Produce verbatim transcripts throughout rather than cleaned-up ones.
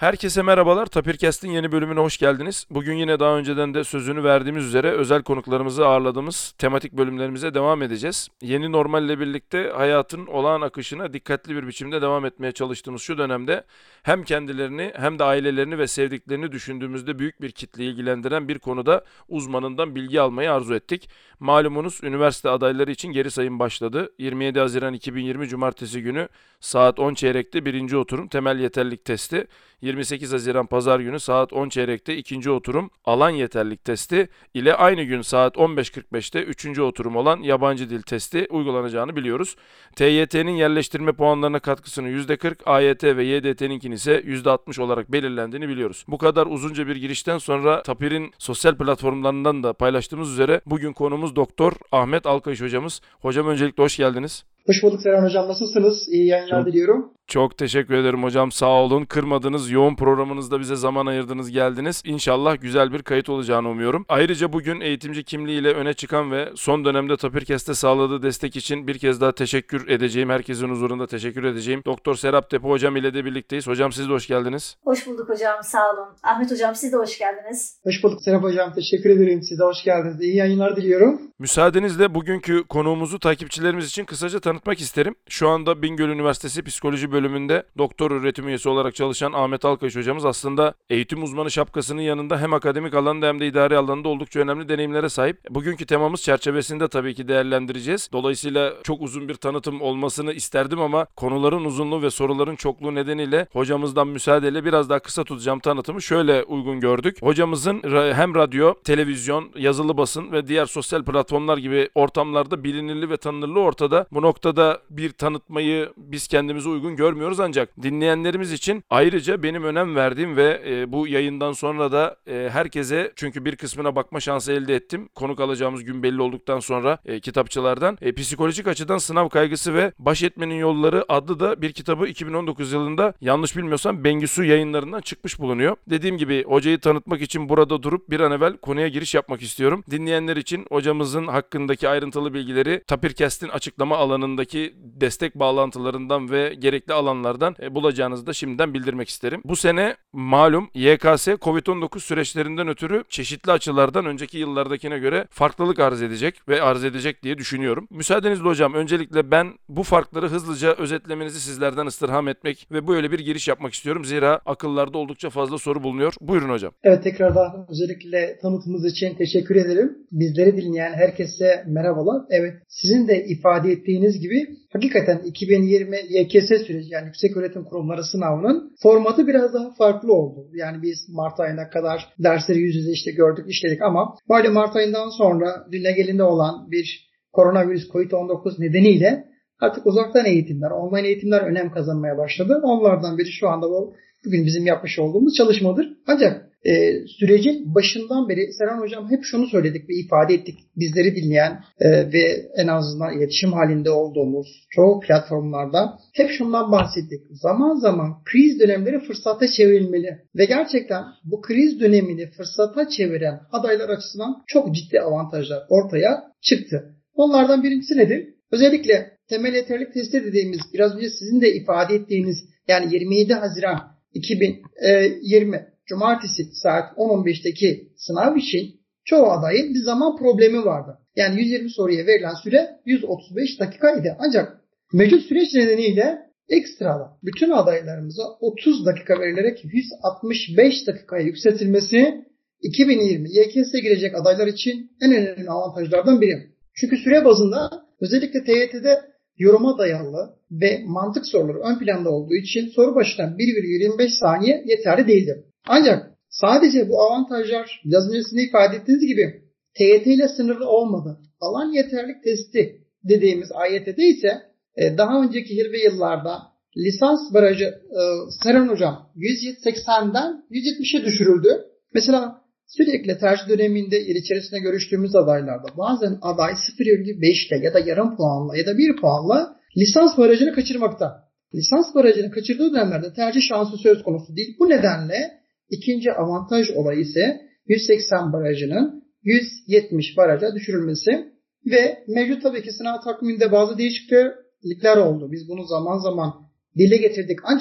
Herkese merhabalar. Tapirkest'in yeni bölümüne hoş geldiniz. Bugün yine daha önceden de sözünü verdiğimiz üzere özel konuklarımızı ağırladığımız tematik bölümlerimize devam edeceğiz. Yeni normalle birlikte hayatın olağan akışına dikkatli bir biçimde devam etmeye çalıştığımız şu dönemde hem kendilerini hem de ailelerini ve sevdiklerini düşündüğümüzde büyük bir kitleyi ilgilendiren bir konuda uzmanından bilgi almayı arzu ettik. Malumunuz üniversite adayları için geri sayım başladı. yirmi yedi Haziran iki bin yirmi Cumartesi günü saat on çeyrekte birinci oturum temel yeterlilik testi. yirmi sekiz Haziran Pazar günü saat on çeyrekte ikinci oturum alan yeterlilik testi ile aynı gün saat on beş kırk beşte üçüncü oturum olan yabancı dil testi uygulanacağını biliyoruz. T Y T'nin yerleştirme puanlarına katkısını yüzde kırk, A Y T ve Y D T'ninkini ise yüzde altmış olarak belirlendiğini biliyoruz. Bu kadar uzunca bir girişten sonra Tapir'in sosyal platformlarından da paylaştığımız üzere bugün konumuz Doktor Ahmet Alkayış hocamız. Hocam öncelikle hoş geldiniz. Hoş bulduk Serhan Hocam. Nasılsınız? İyi yayınlar Çok, diliyorum. çok teşekkür ederim hocam. Sağ olun. Kırmadınız. Yoğun programınızda bize zaman ayırdınız, geldiniz. İnşallah güzel bir kayıt olacağını umuyorum. Ayrıca bugün eğitimci kimliğiyle öne çıkan ve son dönemde Tapirkest'e sağladığı destek için bir kez daha teşekkür edeceğim. Herkesin huzurunda teşekkür edeceğim. Doktor Serap Tepe hocam ile de birlikteyiz. Hocam siz de hoş geldiniz. Hoş bulduk hocam. Sağ olun. Ahmet hocam siz de hoş geldiniz. Hoş bulduk Serap Hocam. Teşekkür ederim. Siz de hoş geldiniz. İyi yayınlar diliyorum. Müsaadenizle bugünkü konuğumuzu takipçilerimiz için kısaca tanıtmak isterim. Şu anda Bingöl Üniversitesi Psikoloji Bölümünde doktor öğretim üyesi olarak çalışan Ahmet Alkayış hocamız aslında eğitim uzmanı şapkasının yanında hem akademik alanda hem de idari alanda oldukça önemli deneyimlere sahip. Bugünkü temamız çerçevesinde tabii ki değerlendireceğiz. Dolayısıyla çok uzun bir tanıtım olmasını isterdim ama konuların uzunluğu ve soruların çokluğu nedeniyle hocamızdan müsaadeyle biraz daha kısa tutacağım tanıtımı şöyle uygun gördük. Hocamızın hem radyo, televizyon, yazılı basın ve diğer sosyal platformlar gibi ortamlarda bilinirliği ve tanınırlığı ortada. Bu noktada bir tanıtmayı biz kendimize uygun görmüyoruz ancak dinleyenlerimiz için ayrıca benim önem verdiğim ve e, bu yayından sonra da e, herkese çünkü bir kısmına bakma şansı elde ettim. Konuk alacağımız gün belli olduktan sonra e, kitapçılardan. E, psikolojik açıdan sınav kaygısı ve baş etmenin yolları adlı da bir kitabı iki bin on dokuz yılında yanlış bilmiyorsam Bengisu yayınlarından çıkmış bulunuyor. Dediğim gibi hocayı tanıtmak için burada durup bir an evvel konuya giriş yapmak istiyorum. Dinleyenler için hocamızın hakkındaki ayrıntılı bilgileri Tapirkest'in açıklama alanındaki destek bağlantılarından ve gerekli alanlardan e, bulacağınızı da şimdiden bildirmek isterim. Bu sene malum Y K S kovid on dokuz süreçlerinden ötürü çeşitli açılardan önceki yıllardakine göre farklılık arz edecek ve arz edecek diye düşünüyorum. Müsaadenizle hocam öncelikle ben bu farkları hızlıca özetlemenizi sizlerden istirham etmek ve böyle bir giriş yapmak istiyorum. Zira akıllarda oldukça fazla soru bulunuyor. Buyurun hocam. Evet tekrardan özellikle tanıtımınız için teşekkür ederim. Bizleri dinleyen herkese merhabalar. Evet sizin de ifade ettiğiniz gibi hakikaten iki bin yirmi Y K S süreci yani Yükseköğretim Kurumları sınavının formatı biraz daha farklı oldu. Yani biz Mart ayına kadar dersleri yüz yüze işte gördük, işledik ama malum Mart ayından sonra dünya genelinde olan bir koronavirüs kovid on dokuz nedeniyle artık uzaktan eğitimler, online eğitimler önem kazanmaya başladı. Onlardan biri şu anda bu bugün bizim yapmış olduğumuz çalışmadır. Ancak e, sürecin başından beri Serhan Hocam hep şunu söyledik ve ifade ettik. Bizleri dinleyen e, ve en azından iletişim halinde olduğumuz çoğu platformlarda hep şundan bahsettik. Zaman zaman kriz dönemleri fırsata çevrilmeli ve gerçekten bu kriz dönemini fırsata çeviren adaylar açısından çok ciddi avantajlar ortaya çıktı. Onlardan birincisi nedir? Özellikle temel yeterlilik testi dediğimiz biraz önce sizin de ifade ettiğiniz yani yirmi yedi Haziran iki bin yirmi Cumartesi saat on on beşteki sınav için çoğu adayın bir zaman problemi vardı. Yani yüz yirmi soruya verilen süre yüz otuz beş dakikaydı. Ancak mevcut süreç nedeniyle ekstra bütün adaylarımıza otuz dakika verilerek yüz altmış beş dakikaya yükseltilmesi iki bin yirmi Y K S'ye girecek adaylar için en önemli avantajlardan biri. Çünkü süre bazında özellikle T Y T'de yoruma dayalı ve mantık soruları ön planda olduğu için soru başına bir virgül yirmi beş saniye yeterli değildir. Ancak sadece bu avantajlar biraz öncesinde ifade ettiğiniz gibi T Y T ile sınırlı olmadı. Alan yeterlilik testi dediğimiz A Y T'de ise daha önceki yıl ve yıllarda lisans barajı e, Serhan Hocam yüz seksenden yüz yetmişe düşürüldü. Mesela sürekli tercih döneminde yıl içerisinde görüştüğümüz adaylarda bazen aday sıfır virgül beş ile ya da yarım puanla ya da bir puanla lisans barajını kaçırmakta. Lisans barajını kaçırdığı dönemlerde tercih şansı söz konusu değil. Bu nedenle ikinci avantaj olayı ise yüz seksen barajının yüz yetmiş baraja düşürülmesi ve mevcut tabii ki sınav takviminde bazı değişiklikler oldu. Biz bunu zaman zaman dile getirdik ancak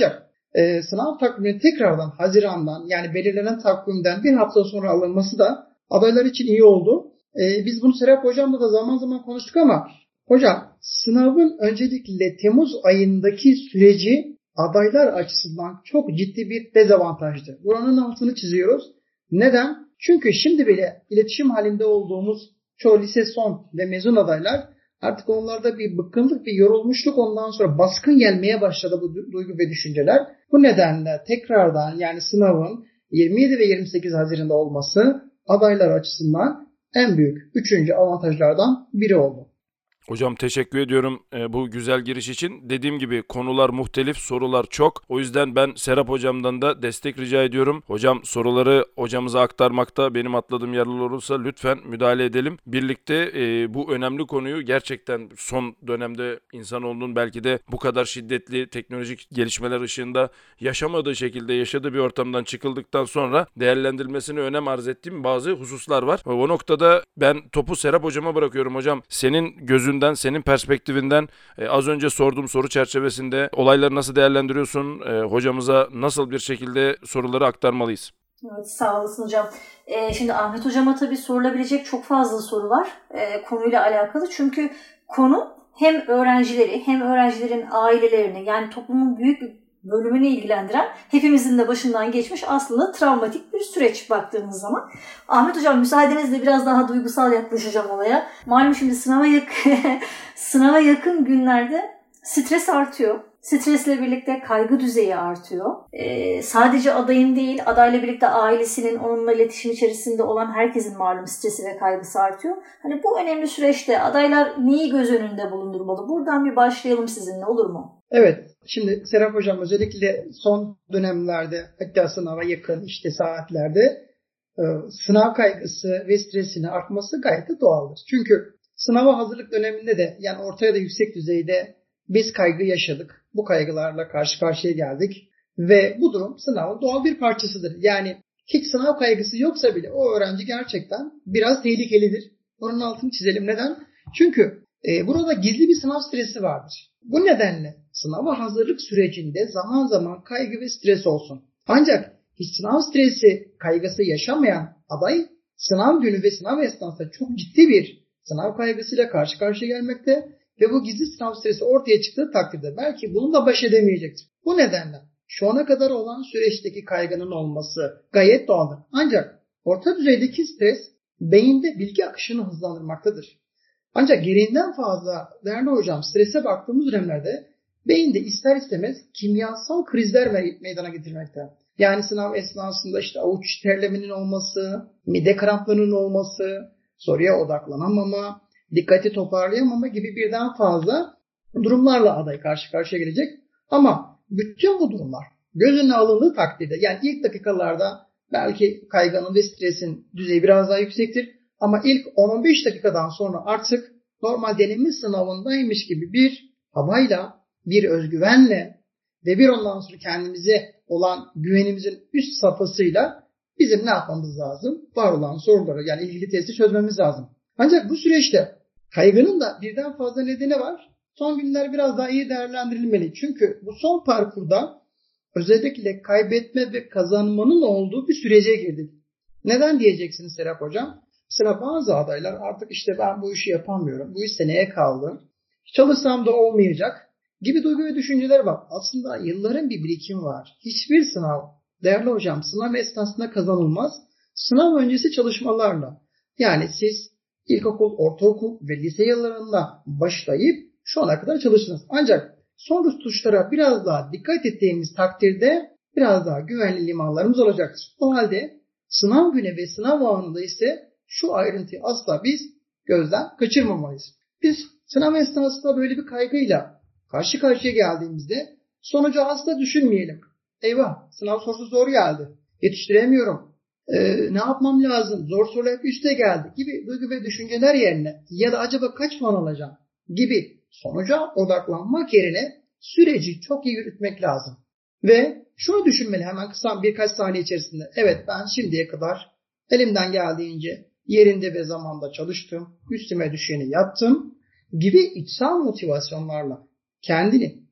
e, sınav takviminin tekrardan Haziran'dan yani belirlenen takvimden bir hafta sonra alınması da adaylar için iyi oldu. E, biz bunu Serap Hocam'la da zaman zaman konuştuk ama hocam sınavın öncelikle Temmuz ayındaki süreci adaylar açısından çok ciddi bir dezavantajdı. Buranın altını çiziyoruz. Neden? Çünkü şimdi bile iletişim halinde olduğumuz çoğu lise son ve mezun adaylar artık onlarda bir bıkkınlık, bir yorulmuşluk ondan sonra baskın gelmeye başladı bu duygu ve düşünceler. Bu nedenle tekrardan yani sınavın yirmi yedi ve yirmi sekiz Haziran'da olması adaylar açısından en büyük üçüncü avantajlardan biri oldu. Hocam teşekkür ediyorum e, bu güzel giriş için. Dediğim gibi konular muhtelif, sorular çok. O yüzden ben Serap Hocam'dan da destek rica ediyorum. Hocam soruları hocamıza aktarmakta benim atladığım yerler olursa lütfen müdahale edelim. Birlikte e, bu önemli konuyu gerçekten son dönemde insanoğlunun belki de bu kadar şiddetli teknolojik gelişmeler ışığında yaşamadığı şekilde yaşadığı bir ortamdan çıkıldıktan sonra değerlendirilmesine önem arz ettiğim bazı hususlar var. O noktada ben topu Serap Hocam'a bırakıyorum hocam. Senin gözün senin perspektifinden e, az önce sorduğum soru çerçevesinde olayları nasıl değerlendiriyorsun? E, hocamıza nasıl bir şekilde soruları aktarmalıyız? Evet, sağ olasın hocam. Ee, şimdi Ahmet hocama tabii sorulabilecek çok fazla soru var e, konuyla alakalı. Çünkü konu hem öğrencileri hem öğrencilerin ailelerini yani toplumun büyük bir bölümünü ilgilendiren hepimizin de başından geçmiş aslında travmatik bir süreç baktığımız zaman. Ahmet hocam müsaadenizle biraz daha duygusal yaklaşacağım olaya. Malum şimdi sınava yakın, sınava yakın günlerde stres artıyor. Stresle birlikte kaygı düzeyi artıyor. Ee, sadece adayın değil, adayla birlikte ailesinin, onunla iletişim içerisinde olan herkesin malum stresi ve kaygısı artıyor. Hani bu önemli süreçte adaylar neyi göz önünde bulundurmalı? Buradan bir başlayalım sizinle, olur mu? Evet. Şimdi Serap Hocam özellikle son dönemlerde hatta sınava yakın işte saatlerde e, sınav kaygısı ve stresinin artması gayet de doğaldır. Çünkü sınava hazırlık döneminde de yani ortaya da yüksek düzeyde biz kaygı yaşadık. Bu kaygılarla karşı karşıya geldik ve bu durum sınavın doğal bir parçasıdır. Yani hiç sınav kaygısı yoksa bile o öğrenci gerçekten biraz tehlikelidir. Onun altını çizelim. Neden? Çünkü e, burada gizli bir sınav stresi vardır. Bu nedenle sınava hazırlık sürecinde zaman zaman kaygı ve stres olsun. Ancak hiç sınav stresi, kaygısı yaşamayan aday sınav günü ve sınav esnasında çok ciddi bir sınav kaygısıyla karşı karşıya gelmekte ve bu gizli sınav stresi ortaya çıktığı takdirde belki bununla baş edemeyecektir. Bu nedenle şu ana kadar olan süreçteki kaygının olması gayet doğaldır. Ancak orta düzeydeki stres beyinde bilgi akışını hızlandırmaktadır. Ancak gereğinden fazla değerli hocam strese baktığımız dönemlerde beyinde ister istemez kimyasal krizler meydana getirmekte. Yani sınav esnasında işte avuç terlemenin olması, mide kramplarının olması, soruya odaklanamama, dikkati toparlayamama gibi birden fazla durumlarla aday karşı karşıya gelecek. Ama bütün bu durumlar göz önüne alındığı takdirde yani ilk dakikalarda belki kaygının ve stresin düzeyi biraz daha yüksektir. Ama ilk on on beş dakikadan sonra artık normal deneme sınavındaymış gibi bir havayla, bir özgüvenle ve bir ondan sonra kendimize olan güvenimizin üst safhasıyla bizim ne yapmamız lazım? Var olan soruları yani ilgili testi çözmemiz lazım. Ancak bu süreçte kaygının da birden fazla nedeni var. Son günler biraz daha iyi değerlendirilmeli. Çünkü bu son parkurda özellikle kaybetme ve kazanmanın olduğu bir sürece girdik. Neden diyeceksiniz Serap Hocam? Mesela bazı adaylar artık işte ben bu işi yapamıyorum, bu iş seneye kaldı, çalışsam da olmayacak gibi duygu ve düşünceler var. Aslında yılların bir birikimi var. Hiçbir sınav, değerli hocam, sınav esnasında kazanılmaz. Sınav öncesi çalışmalarla. Yani siz ilkokul, ortaokul ve lise yıllarında başlayıp şu ana kadar çalıştınız. Ancak son tuşlara biraz daha dikkat ettiğimiz takdirde biraz daha güvenli limanlarımız olacaktır. O halde sınav günü ve sınav anında ise şu ayrıntıyı asla biz gözden kaçırmamalıyız. Biz sınav esnasında böyle bir kaygıyla karşı karşıya geldiğimizde sonucu asla düşünmeyelim. Eyvah, sınav sorusu zor geldi. Yetiştiremiyorum. Ee, ne yapmam lazım? Zor soru hep üste geldi gibi duygu ve düşünceler yerine ya da acaba kaç puan alacağım gibi sonuca odaklanmak yerine süreci çok iyi yürütmek lazım. Ve şunu düşünmeli hemen kısa birkaç saniye içerisinde. Evet, ben şimdiye kadar elimden geldiğince yerinde ve zamanda çalıştım, üstüme düşeni yaptım gibi içsel motivasyonlarla kendini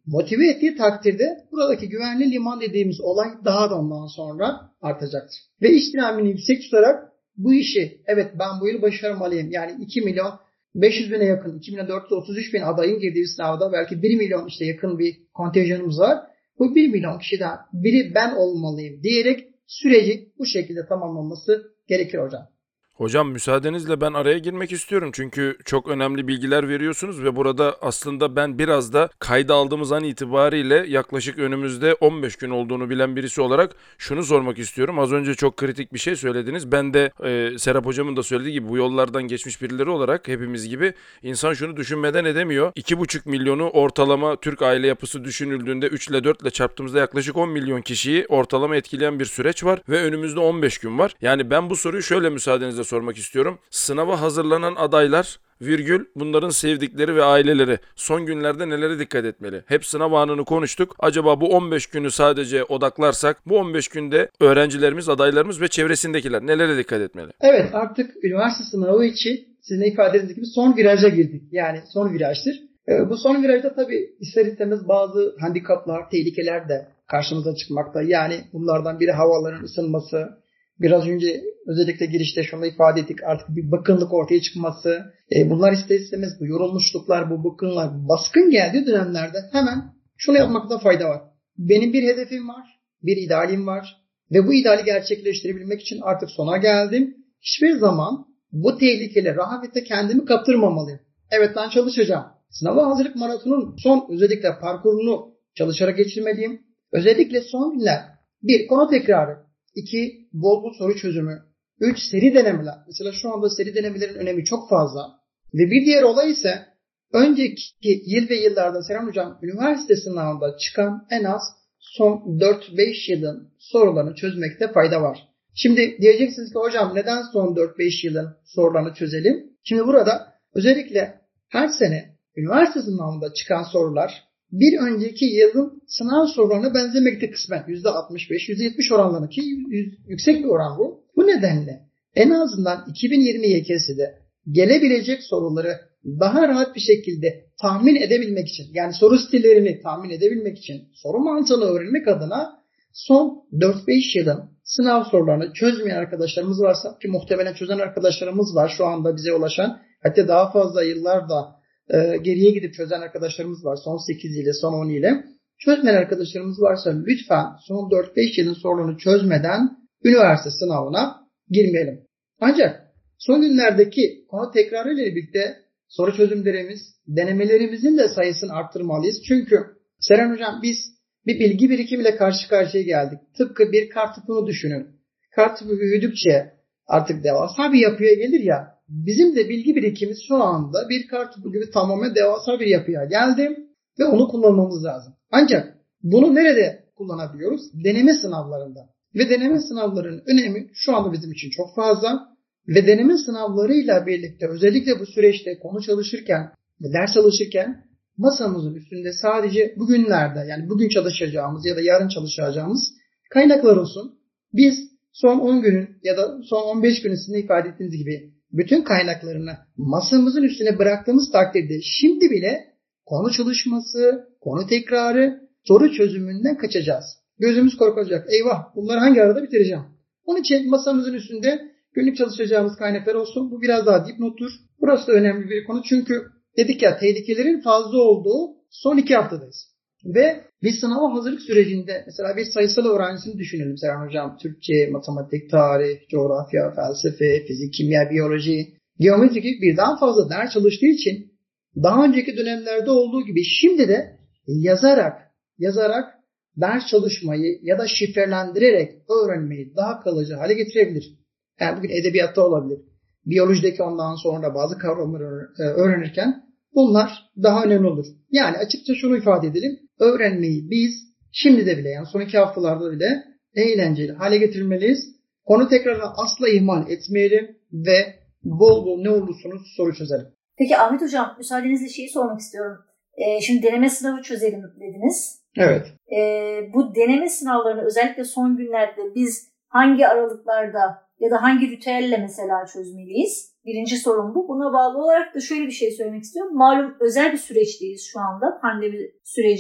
motive ettiği takdirde buradaki güvenli liman dediğimiz olay daha da ondan sonra artacaktır. Ve iş dinamini yüksek tutarak bu işi, evet ben bu yıl başarmalıyım. Yani iki milyon beş yüz bine yakın, iki milyon dört yüz otuz üç bin adayın girdiği sınavda belki bir milyon işte yakın bir kontenjanımız var. Bu bir milyon kişiden biri ben olmalıyım diyerek süreci bu şekilde tamamlanması gerekir hocam. Hocam müsaadenizle ben araya girmek istiyorum çünkü çok önemli bilgiler veriyorsunuz ve burada aslında ben biraz da kayda aldığımız an itibariyle yaklaşık önümüzde on beş gün olduğunu bilen birisi olarak şunu sormak istiyorum. Az önce çok kritik bir şey söylediniz. Ben de e, Serap hocamın da söylediği gibi bu yollardan geçmiş birileri olarak hepimiz gibi insan şunu düşünmeden edemiyor. iki buçuk milyonu ortalama Türk aile yapısı düşünüldüğünde üç ile dört ile çarptığımızda yaklaşık on milyon kişiyi ortalama etkileyen bir süreç var ve önümüzde on beş gün var. Yani ben bu soruyu şöyle müsaadenizle sormak istiyorum. Sınava hazırlanan adaylar virgül bunların sevdikleri ve aileleri son günlerde nelere dikkat etmeli? Hep sınav anını konuştuk. Acaba bu on beş günü sadece odaklarsak bu on beş günde öğrencilerimiz, adaylarımız ve çevresindekiler nelere dikkat etmeli? Evet, artık üniversite sınavı için sizin ifade ettiğiniz gibi son viraja girdik. Yani son virajdır. Bu son virajda tabii ister istemez bazı handikaplar, tehlikeler de karşımıza çıkmakta. Yani bunlardan biri havaların ısınması. Biraz önce özellikle girişte şunu ifade ettik, artık bir bıkkınlık ortaya çıkması. E bunlar ister istemez bu yorulmuşluklar, bu bıkkınlar baskın geldiği dönemlerde hemen şunu yapmakta fayda var. Benim bir hedefim var, bir idealim var ve bu ideali gerçekleştirebilmek için artık sona geldim. Hiçbir zaman bu tehlikeli rehavete kendimi kaptırmamalıyım. Evet, ben çalışacağım. Sınava hazırlık maratonun son özellikle parkurunu çalışarak geçirmeliyim. Özellikle son günler bir konu tekrarı. İki, bol bol soru çözümü. Üç, seri denemeler. Mesela şu anda seri denemelerin önemi çok fazla. Ve bir diğer olay ise önceki yıl ve yıllarda Serhan Hocam üniversite sınavında çıkan en az son dört beş yılın sorularını çözmekte fayda var. Şimdi diyeceksiniz ki hocam neden son dört beş yılın sorularını çözelim? Şimdi burada özellikle her sene üniversite sınavında çıkan sorular bir önceki yılın sınav sorularına benzemekte kısmen. yüzde altmış beş yüzde yetmiş oranlarında ki yüksek bir oran bu. Bu nedenle en azından iki bin yirmi Y K S'de gelebilecek soruları daha rahat bir şekilde tahmin edebilmek için, yani soru stillerini tahmin edebilmek için, soru mantığını öğrenmek adına son dört beş yılın sınav sorularını çözmeyen arkadaşlarımız varsa, ki muhtemelen çözen arkadaşlarımız var şu anda bize ulaşan, hatta daha fazla yıllarda e, geriye gidip çözen arkadaşlarımız var son sekiz ile son on ile. Çözmeyen arkadaşlarımız varsa lütfen son dört beş yılın sorularını çözmeden üniversite sınavına girmeyelim. Ancak son günlerdeki konu tekrarı ile birlikte soru çözümlerimiz, denemelerimizin de sayısını arttırmalıyız. Çünkü Seren Hocam biz bir bilgi birikimiyle karşı karşıya geldik. Tıpkı bir kartopunu düşünün. Kartopu büyüdükçe artık devasa bir yapıya gelir ya. Bizim de bilgi birikimimiz şu anda bir kartopu gibi tamamen devasa bir yapıya geldi ve onu kullanmamız lazım. Ancak bunu nerede kullanabiliyoruz? Deneme sınavlarında. Ve deneme sınavlarının önemi şu anda bizim için çok fazla. Ve deneme sınavlarıyla birlikte özellikle bu süreçte konu çalışırken ve ders çalışırken masamızın üstünde sadece bugünlerde, yani bugün çalışacağımız ya da yarın çalışacağımız kaynaklar olsun. Biz son on günün ya da son on beş günün sizin ifade ettiğiniz gibi bütün kaynaklarını masamızın üstüne bıraktığımız takdirde şimdi bile konu çalışması, konu tekrarı, soru çözümünden kaçacağız. Gözümüz korkacak. Eyvah, bunları hangi arada bitireceğim? Onun için masamızın üstünde günlük çalışacağımız kaynaklar olsun. Bu biraz daha dipnottur. Burası da önemli bir konu. Çünkü dedik ya, tehlikelerin fazla olduğu son iki haftadayız. Ve bir sınava hazırlık sürecinde mesela bir sayısal öğrencisini düşünelim. Serhan Hocam Türkçe, matematik, tarih, coğrafya, felsefe, fizik, kimya, biyoloji, geometri gibi birden fazla ders çalıştığı için daha önceki dönemlerde olduğu gibi şimdi de yazarak, yazarak ders çalışmayı ya da şifrelendirerek öğrenmeyi daha kalıcı hale getirebilir. Yani bugün edebiyatta olabilir. Biyolojideki ondan sonra bazı kavramları öğrenirken bunlar daha önemli olur. Yani açıkça şunu ifade edelim. Öğrenmeyi biz şimdi de bile, yani son iki haftalarda bile eğlenceli hale getirmeliyiz. Konu tekrarını asla ihmal etmeyelim ve bol bol ne olursunuz soru çözelim. Peki Ahmet Hocam, müsaadenizle şeyi sormak istiyorum. Ee, şimdi deneme sınavı çözelim dediniz. Evet. Ee, bu deneme sınavlarını özellikle son günlerde biz hangi aralıklarda ya da hangi ritüelle mesela çözmeliyiz? Birinci sorun bu. Buna bağlı olarak da şöyle bir şey söylemek istiyorum. Malum özel bir süreçteyiz şu anda, pandemi süreci.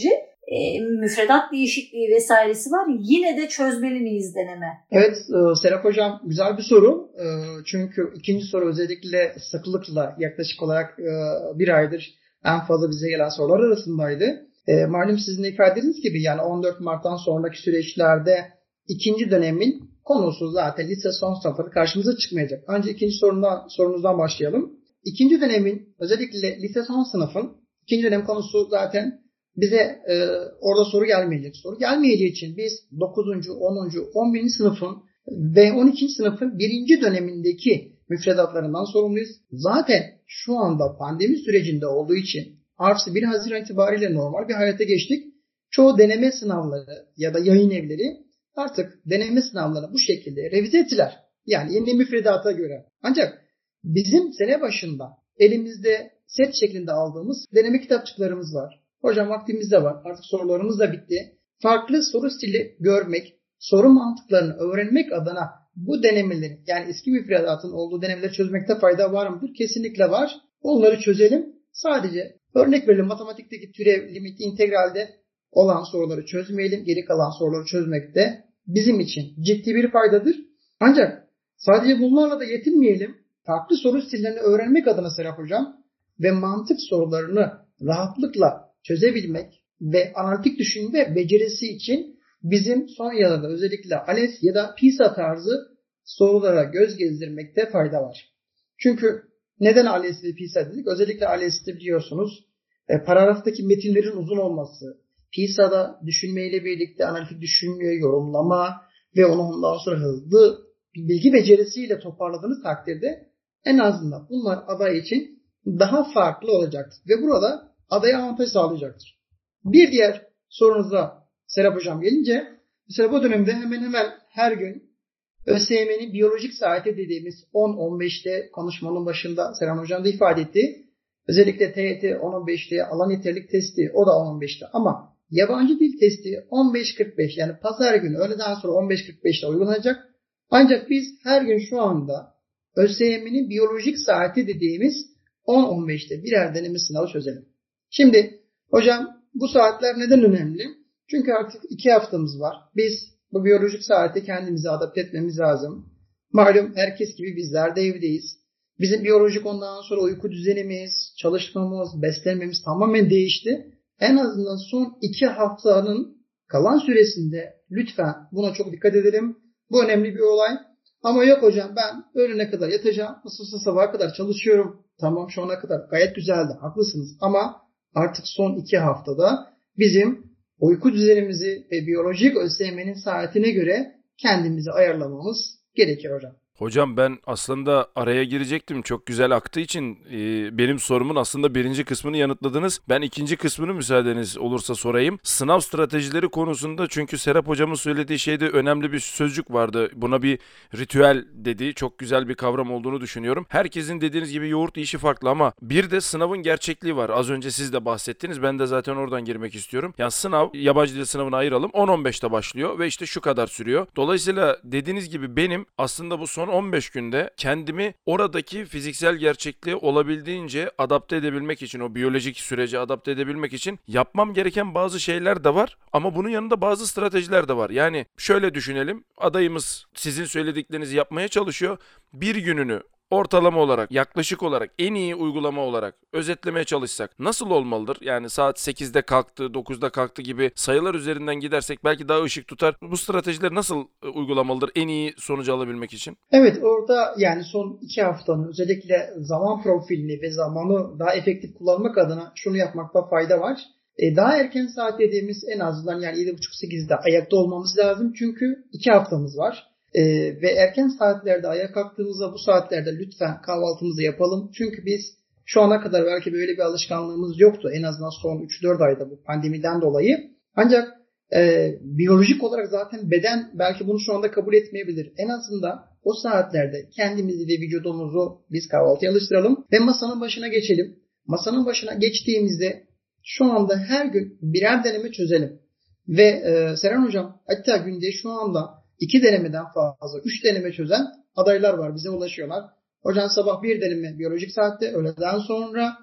e, müfredat değişikliği vesairesi var. Yine de çözmeli miyiz deneme? Evet e, Serap Hocam, güzel bir soru. E, çünkü ikinci soru özellikle sıklıkla yaklaşık olarak e, bir aydır en fazla bize gelen sorular arasındaydı. E, malum sizin de ifade ettiğiniz gibi yani on dört Mart'tan sonraki süreçlerde ikinci dönemin konusu zaten lise son sınıfları karşımıza çıkmayacak. Ancak ikinci sorundan, sorunuzdan başlayalım. İkinci dönemin özellikle lise son sınıfın ikinci dönem konusu zaten bize e, orada soru gelmeyecek. Soru gelmeyeceği için biz dokuzuncu, onuncu, on birinci sınıfın ve on ikinci sınıfın birinci dönemindeki müfredatlarından sorumluyuz. Zaten şu anda pandemi sürecinde olduğu için artı bir Haziran itibariyle normal bir hayata geçtik. Çoğu deneme sınavları ya da yayın evleri artık deneme sınavlarını bu şekilde revize ettiler. Yani yeni müfredata göre. Ancak bizim sene başında elimizde set şeklinde aldığımız deneme kitapçıklarımız var. Hocam vaktimiz de var. Artık sorularımız da bitti. Farklı soru stili görmek, soru mantıklarını öğrenmek adına bu denemeleri yani eski müfredatın olduğu denemeleri çözmekte fayda var mıdır? Kesinlikle var. Onları çözelim. Sadece örnek verelim, matematikteki türev, limit, integralde olan soruları çözmeyelim. Geri kalan soruları çözmekte bizim için ciddi bir faydadır. Ancak sadece bunlarla da yetinmeyelim. Farklı soru stillerini öğrenmek adına Serap Hocam ve mantık sorularını rahatlıkla çözebilmek ve analitik düşünme becerisi için bizim son yıllarda özellikle ALES ya da PISA tarzı sorulara göz gezdirmekte fayda var. Çünkü neden ALES ve PISA dedik? Özellikle ALES'te biliyorsunuz e, paragraftaki metinlerin uzun olması, PISA'da düşünmeyle birlikte analitik düşünme, yorumlama ve onu ondan sonra hızlı bilgi becerisiyle toparladığınız takdirde en azından bunlar aday için daha farklı olacaktır. Ve burada adaya avantaj sağlayacaktır. Bir diğer sorunuza Serap Hocam gelince, mesela bu dönemde hemen hemen her gün ÖSYM'nin biyolojik saati dediğimiz on on beşte konuşmanın başında Serap Hocam da ifade etti. Özellikle T Y T on on beşte, alan yeterlilik testi o da on on beşte ama yabancı dil testi on beş kırk beş yani pazar günü öğleden sonra on beş kırk beşte uygulanacak. Ancak biz her gün şu anda ÖSYM'nin biyolojik saati dediğimiz on on beşte birer deneme sınavı çözelim. Şimdi hocam bu saatler neden önemli? Çünkü artık iki haftamız var. Biz bu biyolojik saati kendimize adapte etmemiz lazım. Malum herkes gibi bizler de evdeyiz. Bizim biyolojik ondan sonra uyku düzenimiz, çalışmamız, beslenmemiz tamamen değişti. En azından son iki haftanın kalan süresinde lütfen buna çok dikkat edelim. Bu önemli bir olay. Ama yok hocam ben öğlene kadar yatacağım. Nasılsa sabaha kadar çalışıyorum. Tamam şu ana kadar gayet güzeldi. Haklısınız. Ama artık son iki haftada bizim uyku düzenimizi ve biyolojik ÖSYM'nin saatine göre kendimizi ayarlamamız gerekir hocam. Hocam ben aslında araya girecektim. Çok güzel aktığı için e, benim sorumun aslında birinci kısmını yanıtladınız. Ben ikinci kısmını müsaadeniz olursa sorayım. Sınav stratejileri konusunda çünkü Serap Hocam'ın söylediği şeyde önemli bir sözcük vardı. Buna bir ritüel dedi. Çok güzel bir kavram olduğunu düşünüyorum. Herkesin dediğiniz gibi yoğurt işi farklı ama bir de sınavın gerçekliği var. Az önce siz de bahsettiniz. Ben de zaten oradan girmek istiyorum. Yani sınav, yabancı dil sınavını ayıralım. on on beşte başlıyor ve işte şu kadar sürüyor. Dolayısıyla dediğiniz gibi benim aslında bu son on beş günde kendimi oradaki fiziksel gerçekliğe olabildiğince adapte edebilmek için, o biyolojik sürece adapte edebilmek için yapmam gereken bazı şeyler de var ama bunun yanında bazı stratejiler de var. Yani şöyle düşünelim, adayımız sizin söylediklerinizi yapmaya çalışıyor. Bir gününü ortalama olarak, yaklaşık olarak, en iyi uygulama olarak özetlemeye çalışsak nasıl olmalıdır? Yani saat sekizde kalktı, dokuzda kalktı gibi sayılar üzerinden gidersek belki daha ışık tutar. Bu stratejileri nasıl uygulamalıdır en iyi sonucu alabilmek için? Evet orada yani son iki haftanın özellikle zaman profilini ve zamanı daha efektif kullanmak adına şunu yapmakta fayda var. E, daha erken saat dediğimiz en azından yani yedi buçuk sekizde ayakta olmamız lazım. Çünkü iki haftamız var. Ee, ve erken saatlerde ayağa kalktığımızda bu saatlerde lütfen kahvaltımızı yapalım. Çünkü biz şu ana kadar belki böyle bir alışkanlığımız yoktu. En azından son üç dört ayda bu pandemiden dolayı. Ancak e, biyolojik olarak zaten beden belki bunu şu anda kabul etmeyebilir. En azından o saatlerde kendimizi ve vücudumuzu biz kahvaltıya alıştıralım ve masanın başına geçelim. Masanın başına geçtiğimizde şu anda her gün birer deneme çözelim. Ve e, Seren Hocam hatta günde şu anda İki denemeden fazla, üç deneme çözen adaylar var. Bize ulaşıyorlar. Hocam sabah bir deneme biyolojik saatte, öğleden sonra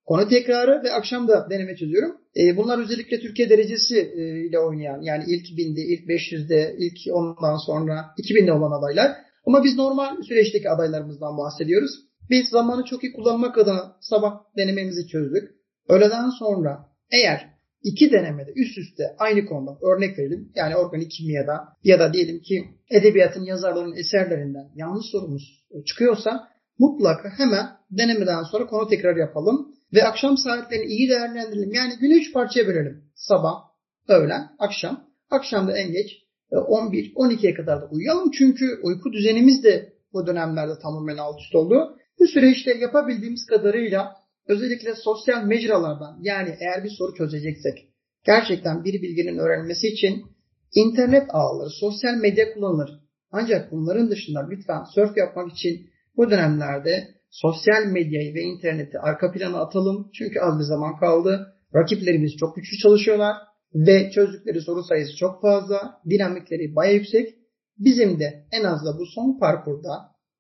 konu tekrarı ve akşam da deneme çözüyorum. E, bunlar özellikle Türkiye derecesi e, ile oynayan, yani ilk binde, ilk beş yüzde, ilk ondan sonra iki binde olan adaylar. Ama biz normal süreçteki adaylarımızdan bahsediyoruz. Biz zamanı çok iyi kullanmak adına sabah denememizi çözdük. Öğleden sonra eğer iki denemede üst üste aynı konuda örnek verelim. Yani organik kimyada ya da diyelim ki edebiyatın yazarlarının eserlerinden yanlış sorumuz çıkıyorsa mutlaka hemen denemeden sonra konu tekrar yapalım. Ve akşam saatlerini iyi değerlendirelim. Yani günü üç parçaya bölelim. Sabah, öğlen, akşam. Akşam da en geç on bir on ikiye kadar da uyuyalım. Çünkü uyku düzenimiz de bu dönemlerde tamamen alt üst oldu. Bu süreçte yapabildiğimiz kadarıyla özellikle sosyal mecralardan, yani eğer bir soru çözeceksek gerçekten bir bilginin öğrenmesi için internet ağları, sosyal medya kullanılır. Ancak bunların dışında lütfen surf yapmak için bu dönemlerde sosyal medyayı ve interneti arka plana atalım. Çünkü az bir zaman kaldı. Rakiplerimiz çok güçlü çalışıyorlar ve çözdükleri soru sayısı çok fazla. Dinamikleri bayağı yüksek. Bizim de en az da bu son parkurda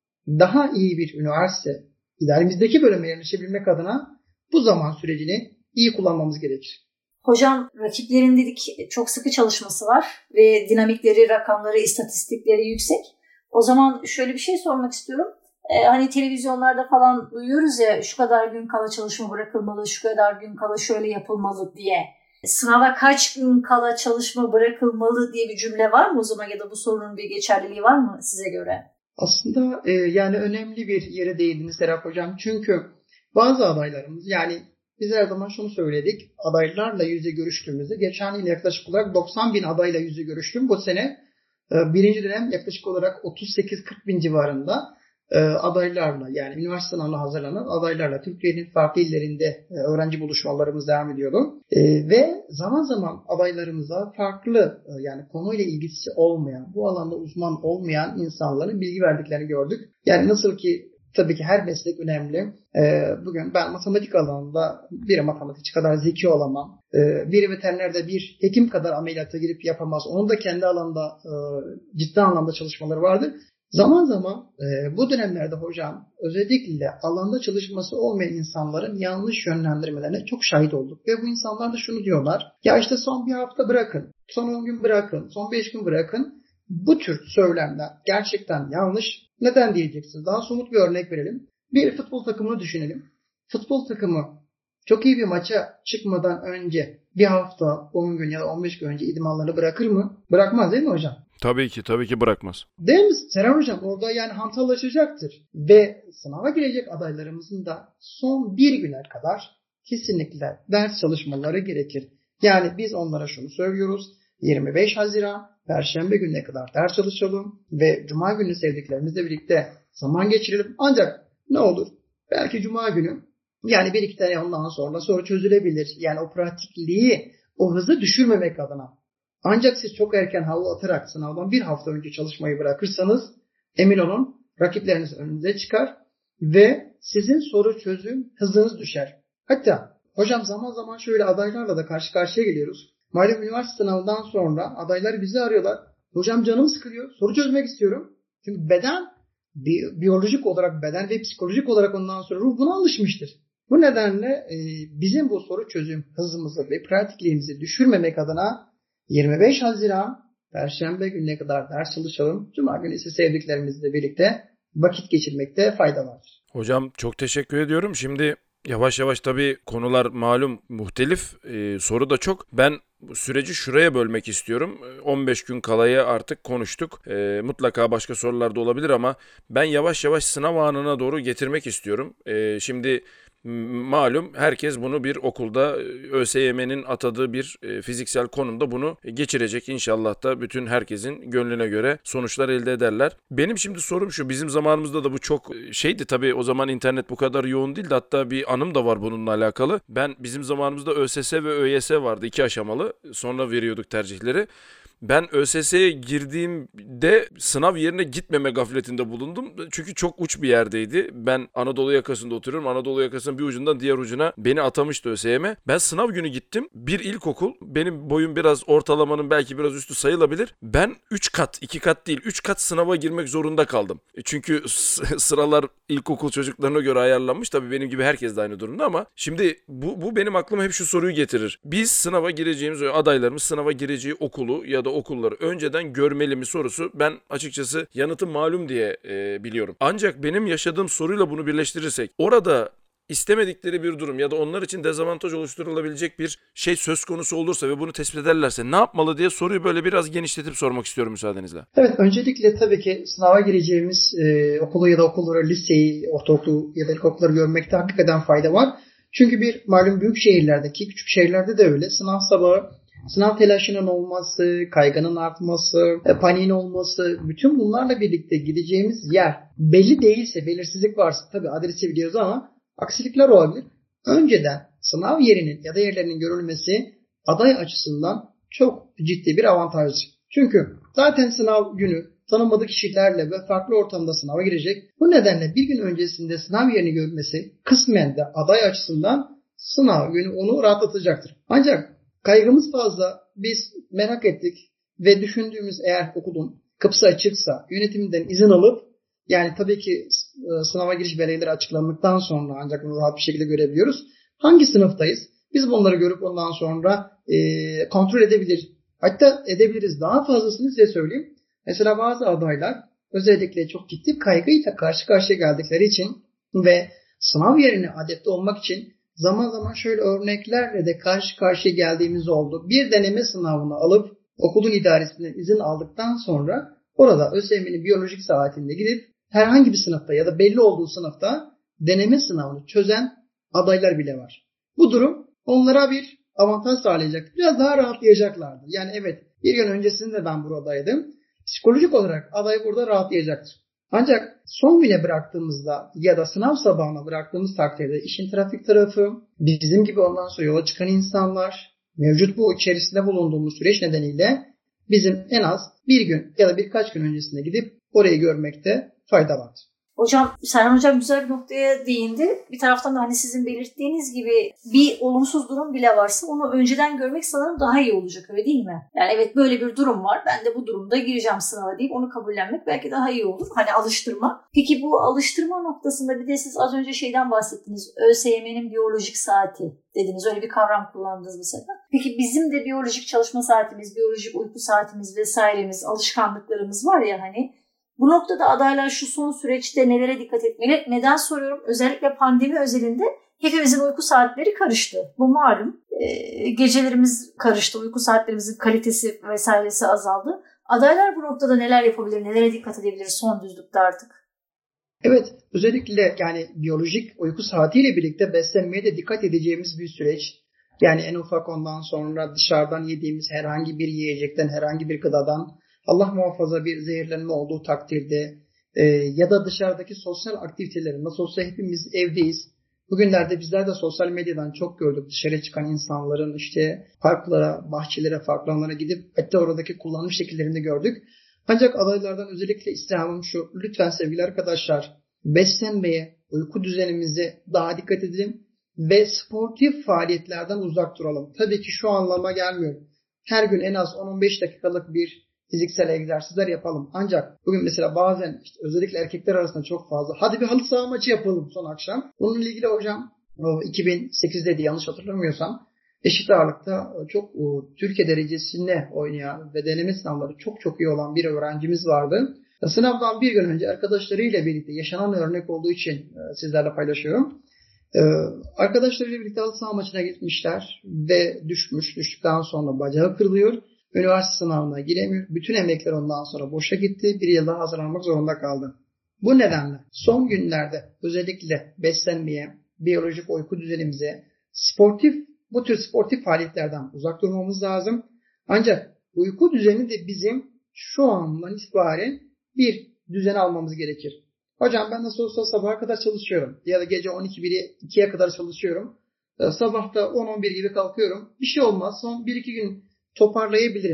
daha iyi bir üniversite, idaremizdeki bölüme yerleşebilmek adına bu zaman sürecini iyi kullanmamız gerekir. Hocam, rakiplerin dedik çok sıkı çalışması var ve dinamikleri, rakamları, istatistikleri yüksek. O zaman şöyle bir şey sormak istiyorum. Ee, hani televizyonlarda falan duyuyoruz ya, şu kadar gün kala çalışma bırakılmalı, şu kadar gün kala şöyle yapılmalı diye. Sınava kaç gün kala çalışma bırakılmalı diye bir cümle var mı o zaman, ya da bu sorunun bir geçerliliği var mı size göre? Aslında e, yani önemli bir yere değindiniz Serap Hocam. Çünkü bazı adaylarımız, yani biz her zaman şunu söyledik. Adaylarla yüzde görüştüğümüzde geçen yıl yaklaşık olarak doksan bin adayla yüzde görüştüm. Bu sene e, birinci dönem yaklaşık olarak otuz sekiz kırk bin civarında e, adaylarla, yani üniversite sınavına hazırlanan adaylarla Türkiye'nin farklı illerinde e, öğrenci buluşmalarımız devam ediyordu. E, ve zaman zaman adaylarımıza farklı e, yani konuyla ilgisi olmayan, bu alanda uzman olmayan insanların bilgi verdiklerini gördük. Yani nasıl ki tabii ki her meslek önemli. E, bugün ben matematik alanında bir matematikçi kadar zeki olamam. E, bir veterinerde bir hekim kadar ameliyata girip yapamaz. Onun da kendi alanda e, ciddi anlamda çalışmaları vardır. Zaman zaman e, bu dönemlerde hocam özellikle alanda çalışması olmayan insanların yanlış yönlendirmelerine çok şahit olduk. Ve bu insanlar da şunu diyorlar. Ya işte son bir hafta bırakın, son on gün bırakın, son beş gün bırakın. Bu tür söylemler gerçekten yanlış. Neden diyeceksiniz? Daha somut bir örnek verelim. Bir futbol takımını düşünelim. Futbol takımı çok iyi bir maça çıkmadan önce bir hafta, on gün ya da on beş gün önce idmanlarını bırakır mı? Bırakmaz değil mi hocam? Tabii ki, tabii ki bırakmaz. Değil mi Serap Hocam? Orada yani hantallaşacaktır. Ve sınava girecek adaylarımızın da son bir güne kadar kesinlikle ders çalışmaları gerekir. Yani biz onlara şunu söylüyoruz. yirmi beş Haziran Perşembe gününe kadar ders çalışalım ve Cuma günü sevdiklerimizle birlikte zaman geçirelim. Ancak ne olur? Belki Cuma günü, yani bir iki tane ondan sonra soru çözülebilir. Yani o pratikliği, o hızı düşürmemek adına. Ancak siz çok erken havlu atarak sınavdan bir hafta önce çalışmayı bırakırsanız emin olun rakipleriniz önünüze çıkar ve sizin soru çözüm hızınız düşer. Hatta hocam zaman zaman şöyle adaylarla da karşı karşıya geliyoruz. Malum üniversite sınavından sonra adaylar bizi arıyorlar. Hocam canım sıkılıyor, soru çözmek istiyorum. Çünkü beden, bi- biyolojik olarak beden ve psikolojik olarak ondan sonra ruh buna alışmıştır. Bu nedenle e, bizim bu soru çözüm hızımızı ve pratikliğimizi düşürmemek adına yirmi beş Haziran Perşembe gününe kadar ders çalışalım. Cuma günü ise sevdiklerimizle birlikte vakit geçirmekte fayda var. Hocam çok teşekkür ediyorum. Şimdi yavaş yavaş tabii konular malum muhtelif, ee, soru da çok. Ben bu süreci şuraya bölmek istiyorum. on beş gün kalaya artık konuştuk. Ee, mutlaka başka sorular da olabilir ama ben yavaş yavaş sınav anına doğru getirmek istiyorum. Ee, şimdi malum herkes bunu bir okulda ÖSYM'nin atadığı bir e, fiziksel konumda bunu geçirecek. İnşallah da bütün herkesin gönlüne göre sonuçlar elde ederler. Benim şimdi sorum şu, bizim zamanımızda da bu çok şeydi tabii, o zaman internet bu kadar yoğun değildi. Hatta bir anım da var bununla alakalı. Ben bizim zamanımızda ÖSS ve ÖYS vardı, iki aşamalı. Sonra veriyorduk tercihleri. Ben ÖSS'ye girdiğimde sınav yerine gitmeme gafletinde bulundum. Çünkü çok uç bir yerdeydi. Ben Anadolu yakasında oturuyorum. Anadolu yakasının bir ucundan diğer ucuna beni atamıştı ÖSYM. Ben sınav günü gittim. Bir ilkokul. Benim boyum biraz ortalamanın belki biraz üstü sayılabilir. Ben üç kat, iki kat değil üç kat sınava girmek zorunda kaldım. Çünkü sıralar ilkokul çocuklarına göre ayarlanmış. Tabii benim gibi herkes de aynı durumda ama şimdi bu, bu benim aklıma hep şu soruyu getirir. Biz sınava gireceğimiz adaylarımız sınava gireceği okulu ya da okulları önceden görmeli mi sorusu, ben açıkçası yanıtı malum diye e, biliyorum. Ancak benim yaşadığım soruyla bunu birleştirirsek orada istemedikleri bir durum ya da onlar için dezavantaj oluşturulabilecek bir şey söz konusu olursa ve bunu tespit ederlerse ne yapmalı diye soruyu böyle biraz genişletip sormak istiyorum müsaadenizle. Evet, öncelikle tabii ki sınava gireceğimiz e, okulu ya da okulları, liseyi, ortaokulu ya da ilkokulları görmekte hakikaten fayda var. Çünkü bir malum büyük şehirlerdeki, küçük şehirlerde de öyle sınav sabahı, sınav telaşının olması, kaygının artması, paniğin olması, bütün bunlarla birlikte gideceğimiz yer belli değilse, belirsizlik varsa tabii adresi biliyoruz ama aksilikler olabilir. Önceden sınav yerinin ya da yerlerinin görülmesi aday açısından çok ciddi bir avantaj. Çünkü zaten sınav günü tanımadık kişilerle ve farklı ortamda sınava girecek. Bu nedenle bir gün öncesinde sınav yerini görmesi kısmen de aday açısından sınav günü onu rahatlatacaktır. Ancak kaygımız fazla, biz merak ettik ve düşündüğümüz eğer okulun kapısı açıksa yönetiminden izin alıp, yani tabii ki sınava giriş belgeleri açıklandıktan sonra ancak bunu rahat bir şekilde görebiliyoruz. Hangi sınıftayız? Biz bunları görüp ondan sonra e, kontrol edebiliriz. Hatta edebiliriz. Daha fazlasını size söyleyeyim. Mesela bazı adaylar özellikle çok ciddi kaygıyla karşı karşıya geldikleri için ve sınav yerine adapte olmak için zaman zaman şöyle örneklerle de karşı karşıya geldiğimiz oldu. Bir deneme sınavını alıp okulun idaresinden izin aldıktan sonra orada ÖSYM'nin biyolojik saatinde gidip herhangi bir sınıfta ya da belli olduğu sınıfta deneme sınavını çözen adaylar bile var. Bu durum onlara bir avantaj sağlayacak. Biraz daha rahatlayacaklardır. Yani evet, bir gün öncesinde ben buradaydım. Psikolojik olarak aday burada rahatlayacaktır. Ancak son güne bıraktığımızda ya da sınav sabahına bıraktığımız takdirde işin trafik tarafı, bizim gibi ondan sonra yola çıkan insanlar, mevcut bu içerisinde bulunduğumuz süreç nedeniyle bizim en az bir gün ya da birkaç gün öncesinde gidip orayı görmekte fayda var. Hocam, Serhan Hocam güzel bir noktaya değindi. Bir taraftan da hani sizin belirttiğiniz gibi bir olumsuz durum bile varsa onu önceden görmek sanırım daha iyi olacak, öyle değil mi? Yani evet, böyle bir durum var, ben de bu durumda gireceğim sınava deyip onu kabullenmek belki daha iyi olur. Hani alıştırma. Peki bu alıştırma noktasında bir de siz az önce şeyden bahsettiniz. ÖSYM'nin biyolojik saati dediniz. Öyle bir kavram kullandınız mesela. Peki bizim de biyolojik çalışma saatimiz, biyolojik uyku saatimiz vesairemiz, alışkanlıklarımız var ya hani. Bu noktada adaylar şu son süreçte nelere dikkat etmeli? Neden soruyorum? Özellikle pandemi özelinde hepimizin uyku saatleri karıştı. Bu malum. Ee, gecelerimiz karıştı, uyku saatlerimizin kalitesi vesairesi azaldı. Adaylar bu noktada neler yapabilir, nelere dikkat edebilir son düzlükte artık? Evet, özellikle yani biyolojik uyku saatiyle birlikte beslenmeye de dikkat edeceğimiz bir süreç. Yani en ufak ondan sonra dışarıdan yediğimiz herhangi bir yiyecekten, herhangi bir gıdadan Allah muhafaza bir zehirlenme olduğu takdirde e, ya da dışarıdaki sosyal aktivitelerin, nasıl olsa hepimiz evdeyiz. Bugünlerde bizler de sosyal medyadan çok gördük dışarı çıkan insanların işte parklara, bahçelere, farklı alanlara gidip hatta oradaki kullanım şekillerini de gördük. Ancak adaylardan özellikle istirhamım şu: lütfen sevgili arkadaşlar, beslenmeye, uyku düzenimize daha dikkat edelim ve sportif faaliyetlerden uzak duralım. Tabii ki şu anlama gelmiyor. Her gün en az on on beş dakikalık bir fiziksel egzersizler yapalım. Ancak bugün mesela bazen işte özellikle erkekler arasında çok fazla, hadi bir halı saha maçı yapalım son akşam. Bununla ilgili hocam iki bin sekizde yanlış hatırlamıyorsam eşit ağırlıkta çok Türkiye derecesinde oynayan ve deneme sınavları çok çok iyi olan bir öğrencimiz vardı. Sınavdan bir gün önce arkadaşlarıyla birlikte yaşanan örnek olduğu için sizlerle paylaşıyorum. Arkadaşlarıyla birlikte halı saha maçına gitmişler ve düşmüş. Düştükten sonra bacağı kırılıyor. Üniversite sınavına giremiyor. Bütün emekler ondan sonra boşa gitti. Bir yıl daha hazırlanmak zorunda kaldı. Bu nedenle son günlerde özellikle beslenmeye, biyolojik uyku düzenimize, sportif, bu tür sportif faaliyetlerden uzak durmamız lazım. Ancak uyku düzeni de bizim şu andan itibaren bir düzen almamız gerekir. Hocam ben nasıl olsa sabaha kadar çalışıyorum ya da gece on iki bire ikiye kadar çalışıyorum. Sabahta on on bir gibi kalkıyorum. Bir şey olmaz. Son bir iki gün toparlayabilirim.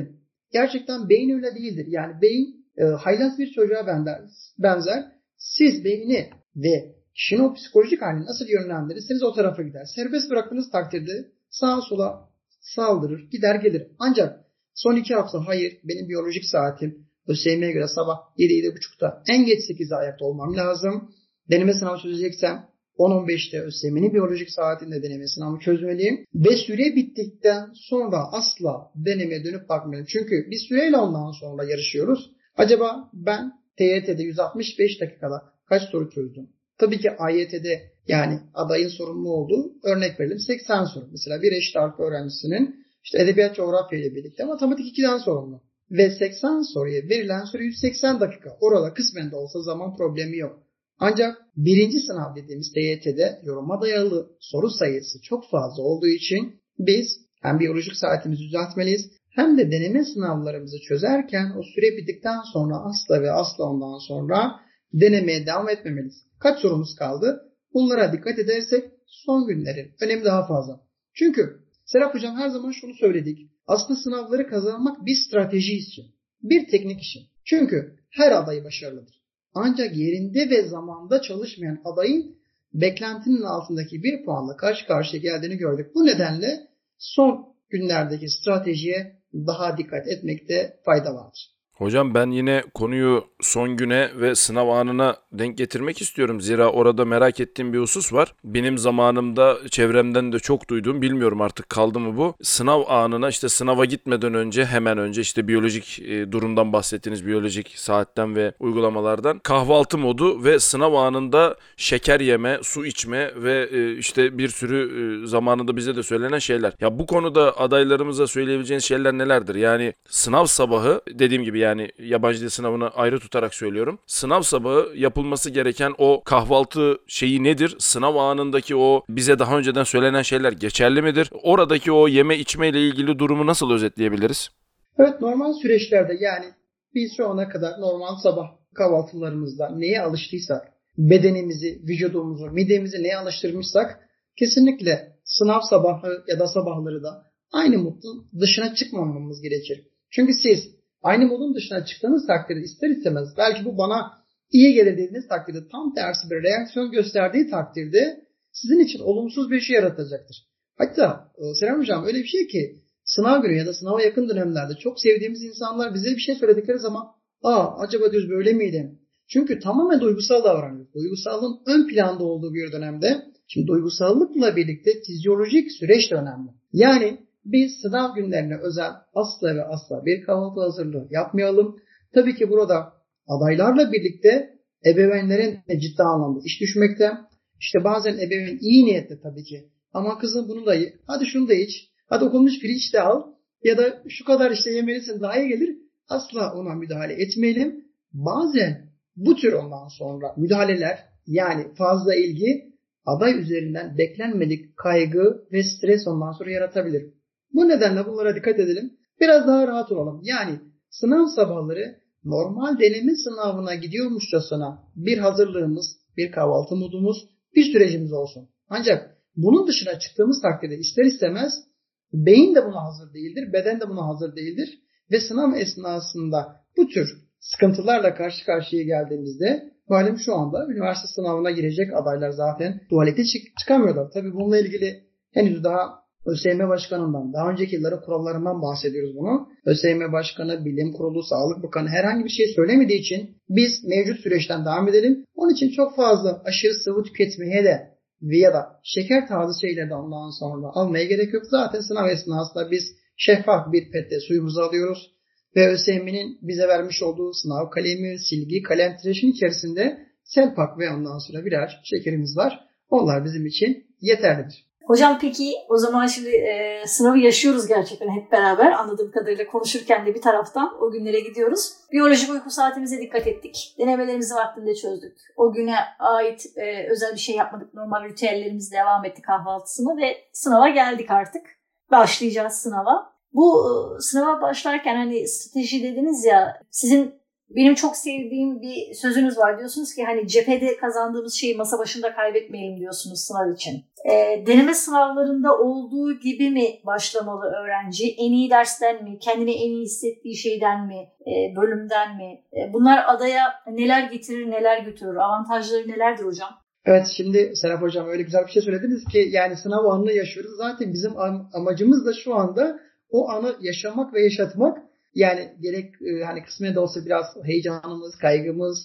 gerçekten beyin öyle değildir. Yani beyin e, haylaz bir çocuğa benzer. benzer. Siz beyni ve kişinin o psikolojik halini nasıl yönlendirirseniz o tarafa gider. Serbest bıraktığınız takdirde sağa sola saldırır, gider gelir. Ancak son iki hafta hayır, benim biyolojik saatim ÖSYM'ye göre sabah yedi yedi buçukta en geç sekizde ayakta olmam lazım. Deneme sınavı çözeceksem on on beşte ÖSYM'nin biyolojik saatinde deneme sınavı çözmeliyim. Ve süre bittikten sonra asla denemeye dönüp bakmayalım. Çünkü bir süreyle ondan sonra yarışıyoruz. Acaba ben T Y T'de yüz altmış beş dakikada kaç soru çözdüm? Tabii ki A Y T'de yani adayın sorumlu olduğu örnek verelim seksen soru. Mesela bir eşit ağırlık öğrencisinin işte edebiyat coğrafya ile birlikte matematik ikiden sorumlu. Ve seksen soruya verilen süre yüz seksen dakika. Orada kısmen de olsa zaman problemi yok. Ancak birinci sınav dediğimiz T Y T'de yoruma dayalı soru sayısı çok fazla olduğu için biz hem biyolojik saatimizi düzeltmeliyiz hem de deneme sınavlarımızı çözerken o süre bittikten sonra asla ve asla ondan sonra denemeye devam etmemeliyiz. Kaç sorumuz kaldı? Bunlara dikkat edersek son günlerin önemi daha fazla. Çünkü Serap Hocam her zaman şunu söyledik. Aslında sınavları kazanmak bir strateji için, bir teknik için. Çünkü her aday başarılıdır. Ancak yerinde ve zamanda çalışmayan adayın beklentinin altındaki bir puanla karşı karşıya geldiğini gördük. Bu nedenle son günlerdeki stratejiye daha dikkat etmekte fayda vardır. Hocam ben yine konuyu son güne ve sınav anına denk getirmek istiyorum. Zira orada merak ettiğim bir husus var. Benim zamanımda çevremden de çok duyduğum, bilmiyorum artık kaldı mı bu. Sınav anına işte sınava gitmeden önce hemen önce işte biyolojik e, durumdan bahsettiğiniz biyolojik saatten ve uygulamalardan kahvaltı modu ve sınav anında şeker yeme, su içme ve e, işte bir sürü e, zamanında bize de söylenen şeyler. Ya bu konuda adaylarımıza söyleyebileceğiniz şeyler nelerdir? Yani sınav sabahı dediğim gibi yani yabancı dil sınavını ayrı tutarak söylüyorum. Sınav sabahı yapılması gereken o kahvaltı şeyi nedir? Sınav anındaki o bize daha önceden söylenen şeyler geçerli midir? Oradaki o yeme içme ile ilgili durumu nasıl özetleyebiliriz? Evet, normal süreçlerde yani biz şu ana kadar normal sabah kahvaltılarımızda neye alıştıysak, bedenimizi, vücudumuzu, midemizi neye alıştırmışsak kesinlikle sınav sabahı ya da sabahları da aynı modun dışına çıkmamamız gerekir. Çünkü siz aynı modun dışına çıktığınız takdirde ister istemez belki bu bana iyi gelir dediğiniz takdirde tam tersi bir reaksiyon gösterdiği takdirde sizin için olumsuz bir şey yaratacaktır. Hatta Serap Hocam öyle bir şey ki sınav günü ya da sınava yakın dönemlerde çok sevdiğimiz insanlar bize bir şey söyledikleri zaman aa acaba düz böyle miydi? Çünkü tamamen duygusal davranıyoruz. Duygusallığın ön planda olduğu bir dönemde şimdi duygusallıkla birlikte fizyolojik süreç de önemli. Yani biz sınav günlerine özel asla ve asla bir kahvaltı hazırlığı yapmayalım. Tabii ki burada adaylarla birlikte ebeveynlerin de ciddi anlamda iş düşmekte. İşte bazen ebeveyn iyi niyetli tabii ki. Ama kızım bunu da ye, hadi şunu da iç, hadi okunmuş pirinç de al ya da şu kadar işte yemelisin daha iyi gelir. Asla ona müdahale etmeyelim. Bazen bu tür ondan sonra müdahaleler yani fazla ilgi aday üzerinden beklenmedik kaygı ve stres ondan sonra yaratabilir. Bu nedenle bunlara dikkat edelim. Biraz daha rahat olalım. Yani sınav sabahları normal deneme sınavına gidiyormuşçasına bir hazırlığımız, bir kahvaltı modumuz, bir sürecimiz olsun. Ancak bunun dışına çıktığımız takdirde ister istemez beyin de buna hazır değildir, beden de buna hazır değildir. Ve sınav esnasında bu tür sıkıntılarla karşı karşıya geldiğimizde malum şu anda üniversite sınavına girecek adaylar zaten tuvalete çık- çıkamıyorlar. Tabii bununla ilgili henüz daha ÖSYM Başkanı'ndan, daha önceki yılların kurallarından bahsediyoruz bunu. ÖSYM Başkanı, Bilim Kurulu, Sağlık Bakanı herhangi bir şey söylemediği için biz mevcut süreçten devam edelim. Onun için çok fazla aşırı sıvı tüketmeye de ya da şeker tarzı şeyleri de ondan sonra almaya gerek yok. Zaten sınav esnasında biz şeffaf bir pette suyumuzu alıyoruz. Ve ÖSYM'nin bize vermiş olduğu sınav kalemi, silgi, kalem tıraşın içerisinde selpak ve ondan sonra birer şekerimiz var. Onlar bizim için yeterlidir. Hocam peki o zaman şimdi e, sınavı yaşıyoruz gerçekten hep beraber. Anladığım kadarıyla konuşurken de bir taraftan o günlere gidiyoruz. Biyolojik uyku saatimize dikkat ettik. Denemelerimizi vaktinde çözdük. O güne ait e, özel bir şey yapmadık. Normal ritüellerimizle devam ettik kahvaltısını ve sınava geldik artık. Başlayacağız sınava. Bu e, sınava başlarken hani strateji dediniz ya, sizin Benim çok sevdiğim bir sözünüz var. Diyorsunuz ki hani cephede kazandığımız şeyi masa başında kaybetmeyelim diyorsunuz sınav için. E, deneme sınavlarında olduğu gibi mi başlamalı öğrenci? En iyi dersten mi? Kendini en iyi hissettiği şeyden mi? E, bölümden mi? E, bunlar adaya neler getirir, neler götürür? Avantajları nelerdir hocam? Evet, şimdi Serap Hocam öyle güzel bir şey söylediniz ki yani sınav anını yaşıyoruz. Zaten bizim amacımız da şu anda o anı yaşamak ve yaşatmak. Yani gerek hani kısmen de olsa biraz heyecanımız, kaygımız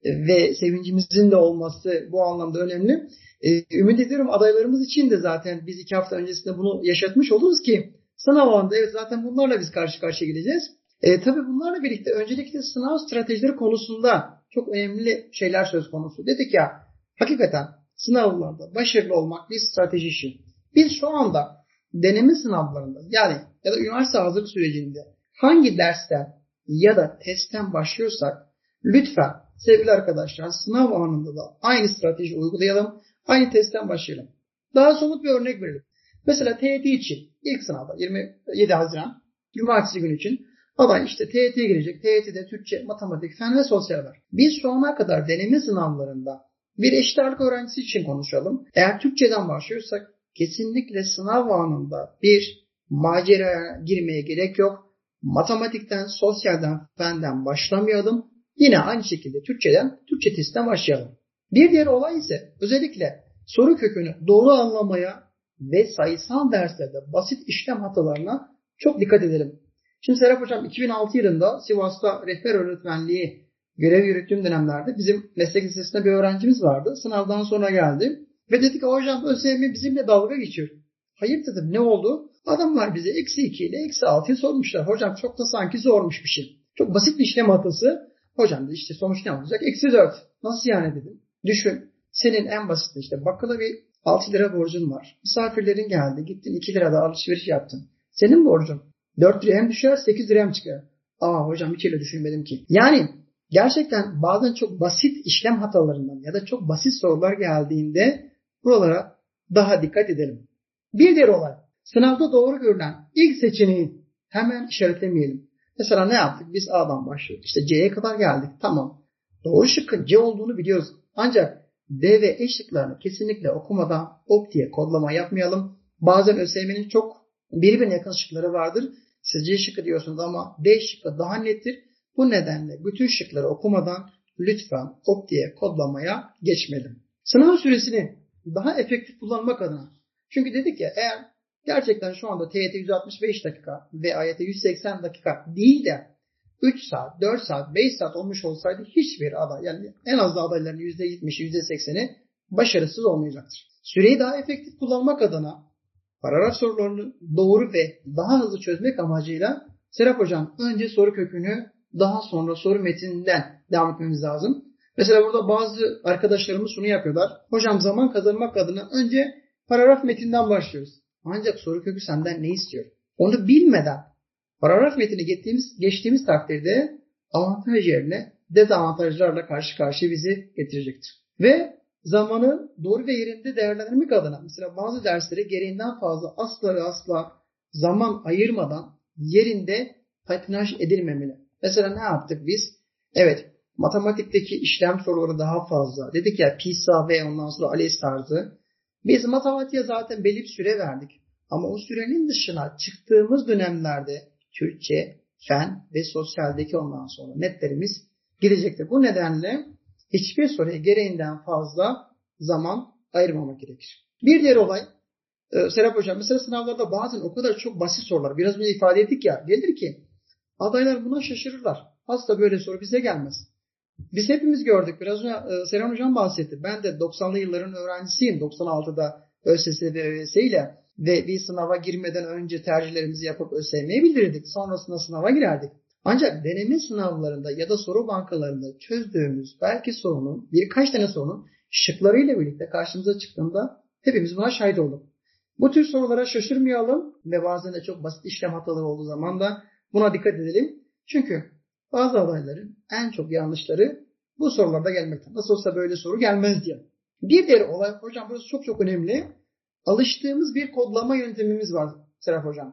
ve sevincimizin de olması bu anlamda önemli. Ee, ümit ediyorum adaylarımız için de zaten biz iki hafta öncesinde bunu yaşatmış oluruz ki sınav anında evet zaten bunlarla biz karşı karşıya geleceğiz. Ee, tabii bunlarla birlikte öncelikle sınav stratejileri konusunda çok önemli şeyler söz konusu. Dedik ya hakikaten sınavlarda başarılı olmak bir strateji işi. Biz şu anda deneme sınavlarında yani ya da üniversite hazırlık sürecinde hangi dersten ya da testten başlıyorsak lütfen sevgili arkadaşlar sınav anında da aynı strateji uygulayalım. Aynı testten başlayalım. Daha somut bir örnek verelim. Mesela T Y T için ilk sınavda yirmi yedi Haziran Cumartesi günü için aday işte T Y T'ye girecek. T Y T'de Türkçe, matematik, fen ve sosyal var. Biz şu ana kadar deneme sınavlarında bir eşit ağırlık öğrencisi için konuşalım. Eğer Türkçeden başlıyorsak kesinlikle sınav anında bir maceraya girmeye gerek yok. Matematikten, sosyalden, fenden başlamayalım. Yine aynı şekilde Türkçeden, Türkçe testten başlayalım. Bir diğer olay ise özellikle soru kökünü doğru anlamaya ve sayısal derslerde basit işlem hatalarına çok dikkat edelim. Şimdi Serap Hocam iki bin altı yılında Sivas'ta rehber öğretmenliği görev yürüttüğüm dönemlerde bizim meslek lisesinde bir öğrencimiz vardı. Sınavdan sonra geldi ve dedi ki hocam ÖSYM bizimle dalga geçiyor. Hayır dedim, ne oldu? Adamlar bize eksi iki ile eksi altıyı sormuşlar. Hocam çok da sanki zormuş bir şey. Çok basit bir işlem hatası. Hocam da işte sonuç ne olacak? Eksi dört. Nasıl yani dedim. Düşün. Senin en basit işte bakkala bir altı lira borcun var. Misafirlerin geldi. Gittin iki lirada alışveriş yaptın. Senin borcun dört liraya hem düşer sekiz liraya mı çıkar? Aa hocam hiç öyle düşünmedim ki. Yani gerçekten bazen çok basit işlem hatalarından ya da çok basit sorular geldiğinde buralara daha dikkat edelim. Bir diğer olay. Sınavda doğru görülen ilk seçeneği hemen işaretlemeyelim. Mesela ne yaptık? Biz A'dan başlıyoruz. İşte C'ye kadar geldik. Tamam. Doğru şıkkın C olduğunu biliyoruz. Ancak D ve E şıklarını kesinlikle okumadan op diye kodlama yapmayalım. Bazen ÖSYM'nin çok birbirine yakın şıkları vardır. Siz C şıkkı diyorsunuz ama D şıkkı daha nettir. Bu nedenle bütün şıkları okumadan lütfen op diye kodlamaya geçmeyelim. Sınav süresini daha efektif kullanmak adına. Çünkü dedik ya eğer gerçekten şu anda T Y T yüz altmış beş dakika ve A Y T yüz seksen dakika değil de üç saat, dört saat, beş saat olmuş olsaydı hiçbir aday yani en az da adayların yüzde yetmişi, yüzde sekseni başarısız olmayacaktır. Süreyi daha efektif kullanmak adına paragraf sorularını doğru ve daha hızlı çözmek amacıyla Serap Hocam önce soru kökünü daha sonra soru metninden devam etmemiz lazım. Mesela burada bazı arkadaşlarımız şunu yapıyorlar. Hocam zaman kazanmak adına önce paragraf metinden başlıyoruz. Ancak soru kökü senden ne istiyor? Onu bilmeden paragraf metnine geçtiğimiz, geçtiğimiz takdirde avantaj yerine dezavantajlarla karşı karşıya bizi getirecektir. Ve zamanı doğru ve yerinde değerlendirmek adına mesela bazı derslere gereğinden fazla asla ve asla zaman ayırmadan yerinde patinaj edilmemeli. Mesela ne yaptık biz? Evet, matematikteki işlem soruları daha fazla. Dedik ya PISA ve ondan sonra ALES tarzı. Biz matematiğe zaten belli bir süre verdik. Ama o sürenin dışına çıktığımız dönemlerde Türkçe, fen ve sosyaldeki ondan sonra netlerimiz gidecektir. Bu nedenle hiçbir soruya gereğinden fazla zaman ayırmamak gerekir. Bir diğer olay, e, Serap Hocam mesela sınavlarda bazen o kadar çok basit sorular, biraz önce ifade ettik ya, gelir ki adaylar buna şaşırırlar. Asla böyle soru bize gelmez. Biz hepimiz gördük. Biraz önce e, Serhan Hocam bahsetti. Ben de doksanlı yılların öğrencisiyim. doksan altıda ÖSS ve ÖYS ile ve bir sınava girmeden önce tercihlerimizi yapıp ÖSYM'ye bildirirdik. Sonrasında sınava girerdik. Ancak deneme sınavlarında ya da soru bankalarında çözdüğümüz belki sorunun, birkaç tane sorunun şıklarıyla birlikte karşımıza çıktığında hepimiz buna şahit olduk. Bu tür sorulara şaşırmayalım ve bazen de çok basit işlem hataları olduğu zaman da buna dikkat edelim. Çünkü bazı adayların en çok yanlışları bu sorularda gelmekten. Nasıl olsa böyle soru gelmez diye. Bir diğer olay, hocam burası çok çok önemli. Alıştığımız bir kodlama yöntemimiz var Serap Hocam.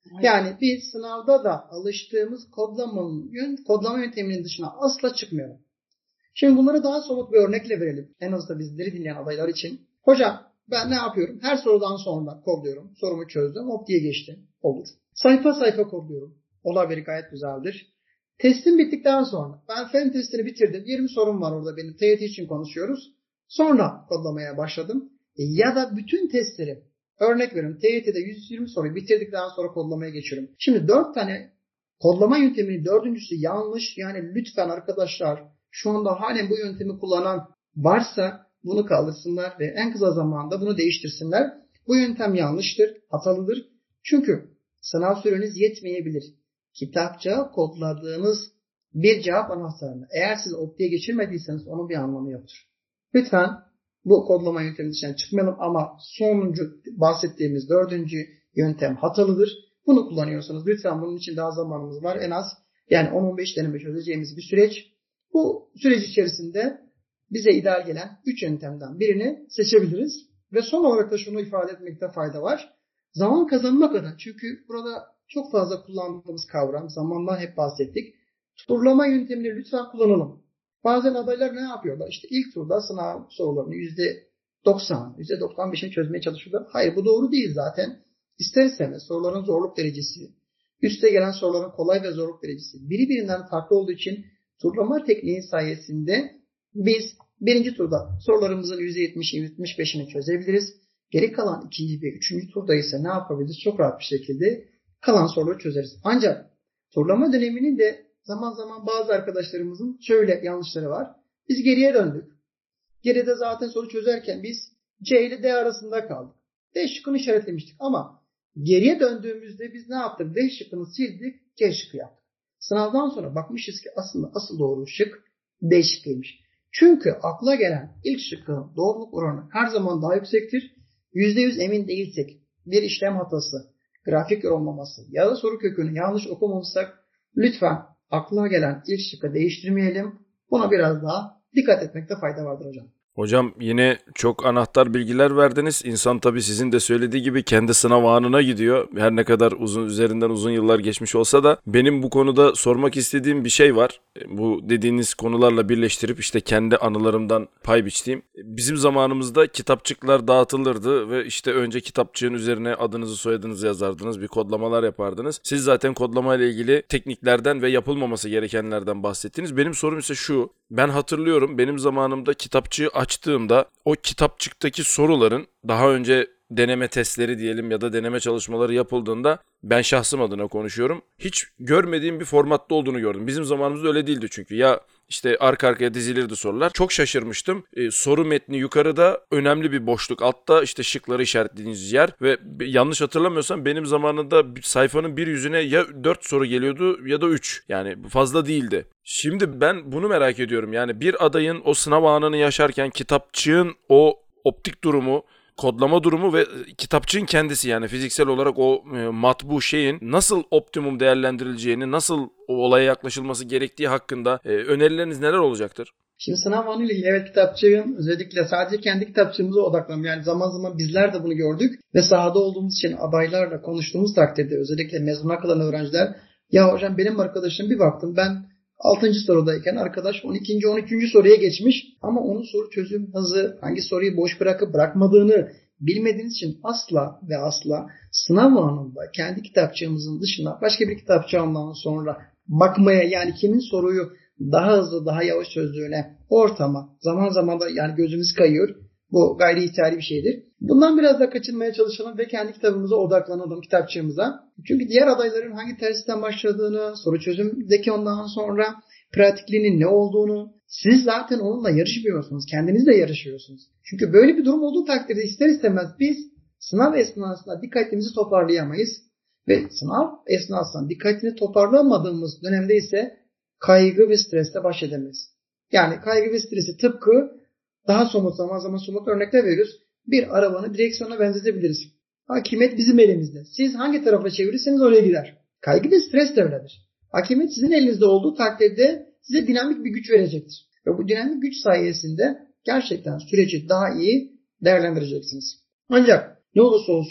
Yani biz sınavda da alıştığımız kodlamanın, kodlama yönteminin dışına asla çıkmıyoruz. Şimdi bunları daha somut bir örnekle verelim. En azından bizleri dinleyen adaylar için. Hocam ben ne yapıyorum? Her sorudan sonra kodluyorum. Sorumu çözdüm. Hop diye geçtim. Olur. Sayfa sayfa kodluyorum. Olabilir, gayet güzeldir. Testim bittikten sonra ben fen testini bitirdim. yirmi sorum var orada benim. T Y T için konuşuyoruz. Sonra kodlamaya başladım. Ya da bütün testleri, örnek veriyorum, T Y T'de yüz yirmi soruyu bitirdikten sonra kodlamaya geçiyorum. Şimdi dört tane kodlama yönteminin dördüncüsü yanlış. Yani lütfen arkadaşlar, şu anda halen bu yöntemi kullanan varsa bunu kaldırsınlar ve en kısa zamanda bunu değiştirsinler. Bu yöntem yanlıştır, hatalıdır. Çünkü sınav süreniz yetmeyebilir. Kitapça kodladığınız bir cevap anahtarını eğer siz optiğe geçirmediyseniz onun bir anlamı yoktur. Lütfen bu kodlama yöntemi dışına çıkmayalım ama sonuncu bahsettiğimiz dördüncü yöntem hatalıdır. Bunu kullanıyorsanız lütfen bunun için daha zamanımız var. En az yani on on beş deneme çözeceğimiz bir süreç. Bu süreç içerisinde bize ideal gelen üç yöntemden birini seçebiliriz. Ve son olarak da şunu ifade etmekte fayda var. Zaman kazanmak adına, çünkü burada çok fazla kullandığımız kavram, zamandan hep bahsettik. Turlama yöntemini lütfen kullanalım. Bazen adaylar ne yapıyorlar? İşte ilk turda sınav sorularını yüzde doksan, yüzde doksan beşini çözmeye çalışıyorlar. Hayır, bu doğru değil zaten. İster istemez soruların zorluk derecesi, üste gelen soruların kolay ve zorluk derecesi birbirinden farklı olduğu için turlama tekniği sayesinde biz birinci turda sorularımızın yüzde yetmişini, yetmiş beşini çözebiliriz. Geri kalan ikinci ve üçüncü turda ise ne yapabiliriz? Çok rahat bir şekilde kalan soruları çözeriz. Ancak turlama döneminin de zaman zaman bazı arkadaşlarımızın şöyle yanlışları var. Biz geriye döndük. Geride zaten soru çözerken biz C ile D arasında kaldık. D şıkkını işaretlemiştik ama geriye döndüğümüzde biz ne yaptık? D şıkkını sildik, C şıkkı yaptık. Sınavdan sonra bakmışız ki aslında asıl doğru şık D şıkkıymış. Çünkü akla gelen ilk şıkkın doğruluk oranı her zaman daha yüksektir. yüzde yüz emin değilsek, bir işlem hatası, grafik yorumlaması ya da soru kökünü yanlış okumamışsak lütfen akla gelen ilk şıkkı değiştirmeyelim. Buna biraz daha dikkat etmekte fayda vardır hocam. Hocam yine çok anahtar bilgiler verdiniz. İnsan tabii sizin de söylediği gibi kendi sınav anına gidiyor. Her ne kadar uzun üzerinden uzun yıllar geçmiş olsa da benim bu konuda sormak istediğim bir şey var. Bu dediğiniz konularla birleştirip işte kendi anılarımdan pay biçtiğim. Bizim zamanımızda kitapçıklar dağıtılırdı ve işte önce kitapçığın üzerine adınızı soyadınızı yazardınız. Bir kodlamalar yapardınız. Siz zaten kodlamayla ilgili tekniklerden ve yapılmaması gerekenlerden bahsettiniz. Benim sorum ise şu. Ben hatırlıyorum benim zamanımda kitapçığı açtığımda o kitapçıktaki soruların daha önce deneme testleri diyelim ya da deneme çalışmaları yapıldığında ben şahsım adına konuşuyorum. Hiç görmediğim bir formatta olduğunu gördüm. Bizim zamanımızda öyle değildi çünkü. Ya işte arka arkaya dizilirdi sorular. Çok şaşırmıştım. Ee, soru metni yukarıda, önemli bir boşluk altta, işte şıkları işaretlediğiniz yer ve yanlış hatırlamıyorsam benim zamanında sayfanın bir yüzüne ya dört soru geliyordu ya da üç. Yani fazla değildi. Şimdi ben bunu merak ediyorum. Yani bir adayın o sınav anını yaşarken kitapçığın o optik durumu, kodlama durumu ve kitapçığın kendisi, yani fiziksel olarak o e, matbu şeyin nasıl optimum değerlendirileceğini, nasıl o olaya yaklaşılması gerektiği hakkında e, önerileriniz neler olacaktır? Şimdi sınav anıyla ilgili evet kitapçığın özellikle sadece kendi kitapçığımıza odaklanıyorum. Yani zaman zaman bizler de bunu gördük ve sahada olduğumuz için adaylarla konuştuğumuz takdirde özellikle mezuna kalan öğrenciler ya hocam benim arkadaşım bir baktım ben altıncı sorudayken arkadaş on ikinci on üçüncü soruya geçmiş ama onun soru çözüm hızı, hangi soruyu boş bırakıp bırakmadığını bilmediğiniz için asla ve asla sınav anında kendi kitapçığımızın dışında başka bir kitapçığından sonra bakmaya, yani kimin soruyu daha hızlı daha yavaş çözdüğüne, ortama zaman zaman da yani gözümüz kayıyor. Bu gayri ihtiyari bir şeydir. Bundan biraz da kaçınmaya çalışalım ve kendi kitabımıza odaklanalım, kitapçığımıza. Çünkü diğer adayların hangi tersten başladığını, soru çözümdeki ondan sonra pratikliğinin ne olduğunu, siz zaten onunla yarışmıyorsunuz, kendinizle yarışıyorsunuz. Çünkü böyle bir durum olduğu takdirde ister istemez biz sınav esnasında dikkatimizi toparlayamayız. Ve sınav esnasında dikkatini toparlamadığımız dönemde ise kaygı ve stresle baş edemeyiz. Yani kaygı ve stresi tıpkı daha somut zaman zaman somut örnekler veriyoruz. Bir arabanın direksiyonuna benzetebiliriz. Hakimiyet bizim elimizde. Siz hangi tarafa çevirirseniz oraya gider. Kaygı ve stres de öyledir. Hakimiyet sizin elinizde olduğu takdirde size dinamik bir güç verecektir. Ve bu dinamik güç sayesinde gerçekten süreci daha iyi değerlendireceksiniz. Ancak ne olursa olsun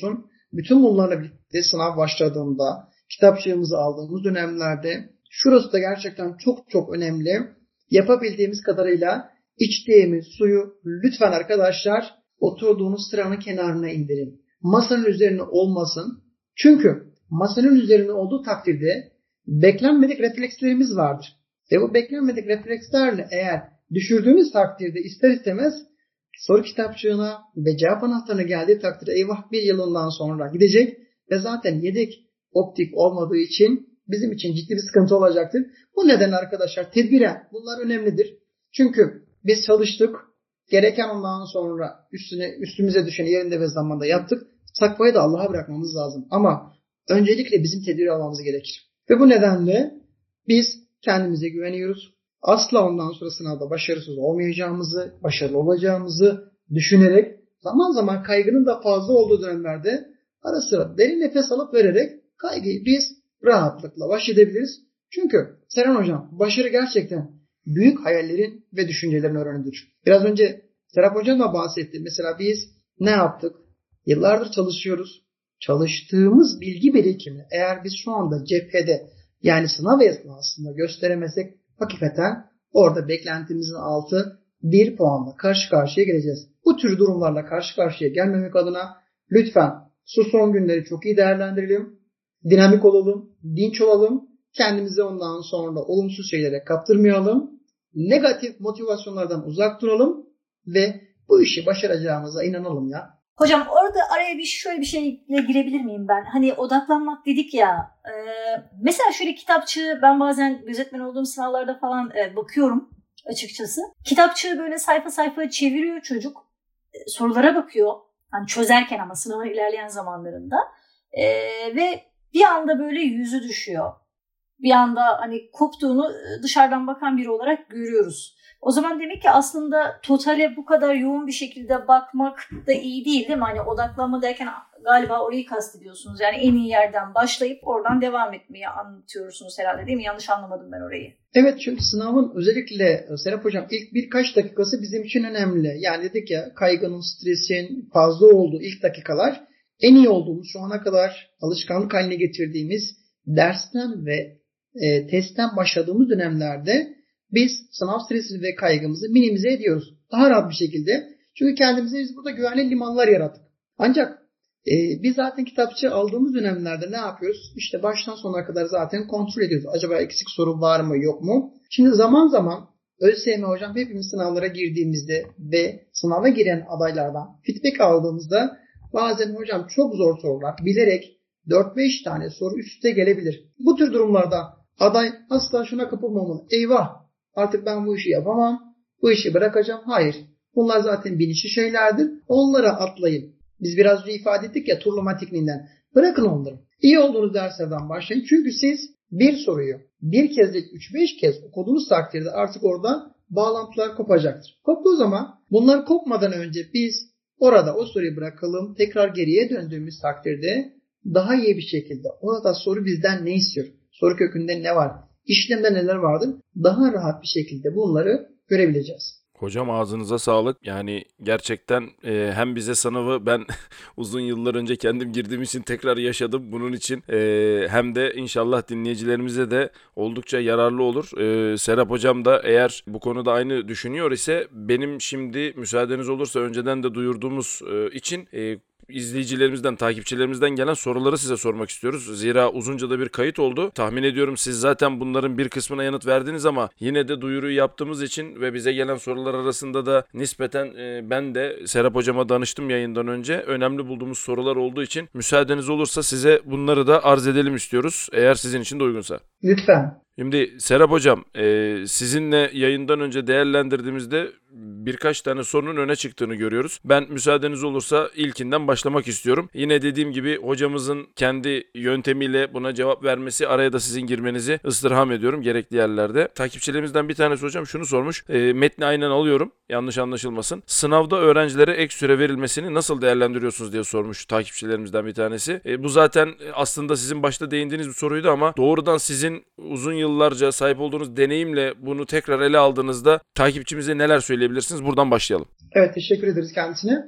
Bütün bunlarla birlikte sınav başladığında, kitapçığımızı aldığımız dönemlerde şurası da gerçekten çok çok önemli. Yapabildiğimiz kadarıyla içtiğimiz suyu lütfen arkadaşlar oturduğunuz sıranın kenarına indirin. Masanın üzerine olmasın. Çünkü masanın üzerine olduğu takdirde beklenmedik reflekslerimiz vardır. Ve bu beklenmedik reflekslerle eğer düşürdüğümüz takdirde ister istemez soru kitapçığına ve cevap anahtarına geldiği takdirde eyvah bir yılından sonra gidecek ve zaten yedek optik olmadığı için bizim için ciddi bir sıkıntı olacaktır. Bu nedenle arkadaşlar tedbiren bunlar önemlidir. Çünkü biz çalıştık, gereken ondan sonra üstüne üstümüze düşeni yerinde ve zamanda yaptık. Takvayı da Allah'a bırakmamız lazım. Ama öncelikle bizim tedbir almamız gerekir. Ve bu nedenle biz kendimize güveniyoruz. Asla ondan sonra sınavda başarısız olmayacağımızı, başarılı olacağımızı düşünerek zaman zaman kaygının da fazla olduğu dönemlerde ara sıra derin nefes alıp vererek kaygıyı biz rahatlıkla baş edebiliriz. Çünkü Seren Hocam başarı gerçekten büyük hayallerin ve düşüncelerin ürünüdür. Biraz önce Serap Hocam da bahsetti. Mesela biz ne yaptık? Yıllardır çalışıyoruz. Çalıştığımız bilgi birikimini eğer biz şu anda cephede yani sınav esnasında gösteremezsek hakikaten orada beklentimizin altı bir puanla karşı karşıya geleceğiz. Bu tür durumlarla karşı karşıya gelmemek adına lütfen şu son günleri çok iyi değerlendirelim. Dinamik olalım, dinç olalım. Kendimizi ondan sonra olumsuz şeylere kaptırmayalım. Negatif motivasyonlardan uzak duralım ve bu işi başaracağımıza inanalım ya. Hocam orada araya bir şöyle bir şeyle girebilir miyim ben? Hani odaklanmak dedik ya. E, mesela şöyle kitapçığı ben bazen gözetmen olduğum sınavlarda falan e, bakıyorum açıkçası. Kitapçığı böyle sayfa sayfa çeviriyor çocuk. E, sorulara bakıyor. Hani çözerken ama sınavın ilerleyen zamanlarında. E, ve bir anda böyle yüzü düşüyor. Bir anda hani koptuğunu dışarıdan bakan biri olarak görüyoruz. O zaman demek ki aslında totale bu kadar yoğun bir şekilde bakmak da iyi değil değil mi? Hani odaklanma derken galiba orayı kastediyorsunuz. Yani en iyi yerden başlayıp oradan devam etmeyi anlatıyorsunuz herhalde değil mi? Yanlış anlamadım ben orayı. Evet çünkü sınavın özellikle Serap Hocam ilk birkaç dakikası bizim için önemli. Yani dedik ya kaygının, stresin fazla olduğu ilk dakikalar en iyi olduğumuz şu ana kadar alışkanlık haline getirdiğimiz dersten ve e, testten başladığımız dönemlerde biz sınav stresi ve kaygımızı minimize ediyoruz. Daha rahat bir şekilde. Çünkü kendimize biz burada güvenli limanlar yarattık. Ancak e, biz zaten kitapçı aldığımız dönemlerde ne yapıyoruz? İşte baştan sona kadar zaten kontrol ediyoruz. Acaba eksik soru var mı yok mu? Şimdi zaman zaman ÖSYM hocam hepimiz sınavlara girdiğimizde ve sınava giren adaylardan feedback aldığımızda bazen hocam çok zor sorular bilerek dört beş tane soru üst üste gelebilir. Bu tür durumlarda aday asla şuna kapılmamalı. Eyvah artık ben bu işi yapamam. Bu işi bırakacağım. Hayır. Bunlar zaten bilinçli şeylerdir. Onlara atlayın. Biz biraz önce ifade ettik ya turlama tekniğinden. Bırakın onları. İyi olduğunuz derslerden başlayın. Çünkü siz bir soruyu bir kez değil üç beş kez okuduğunuz takdirde artık orada bağlantılar kopacaktır. Koptuğu zaman bunlar kopmadan önce biz orada o soruyu bırakalım. Tekrar geriye döndüğümüz takdirde daha iyi bir şekilde orada soru bizden ne istiyor? Soru kökünde ne var? İşlemde neler vardır? Daha rahat bir şekilde bunları görebileceğiz. Hocam ağzınıza sağlık. Yani gerçekten e, hem bize sınavı ben uzun yıllar önce kendim girdiğim için tekrar yaşadım. Bunun için e, hem de inşallah dinleyicilerimize de oldukça yararlı olur. E, Serap Hocam da eğer bu konuda aynı düşünüyor ise benim şimdi müsaadeniz olursa önceden de duyurduğumuz e, için e, izleyicilerimizden, takipçilerimizden gelen soruları size sormak istiyoruz. Zira uzunca da bir kayıt oldu. Tahmin ediyorum siz zaten bunların bir kısmına yanıt verdiniz ama yine de duyuruyu yaptığımız için ve bize gelen sorular arasında da nispeten e, ben de Serap Hocam'a danıştım yayından önce. Önemli bulduğumuz sorular olduğu için müsaadeniz olursa size bunları da arz edelim istiyoruz. Eğer sizin için de uygunsa. Lütfen. Şimdi Serap Hocam e, sizinle yayından önce değerlendirdiğimizde birkaç tane sorunun öne çıktığını görüyoruz. Ben müsaadeniz olursa ilkinden başlamak istiyorum. Yine dediğim gibi hocamızın kendi yöntemiyle buna cevap vermesi, araya da sizin girmenizi istirham ediyorum gerekli yerlerde. Takipçilerimizden bir tanesi hocam şunu sormuş. E, metni aynen alıyorum. Yanlış anlaşılmasın. Sınavda öğrencilere ek süre verilmesini nasıl değerlendiriyorsunuz diye sormuş takipçilerimizden bir tanesi. E, bu zaten aslında sizin başta değindiğiniz bir soruydu ama doğrudan sizin uzun yıllarca sahip olduğunuz deneyimle bunu tekrar ele aldığınızda takipçimize neler söyleyebilirsiniz? Buradan başlayalım. Evet teşekkür ederiz kendisine.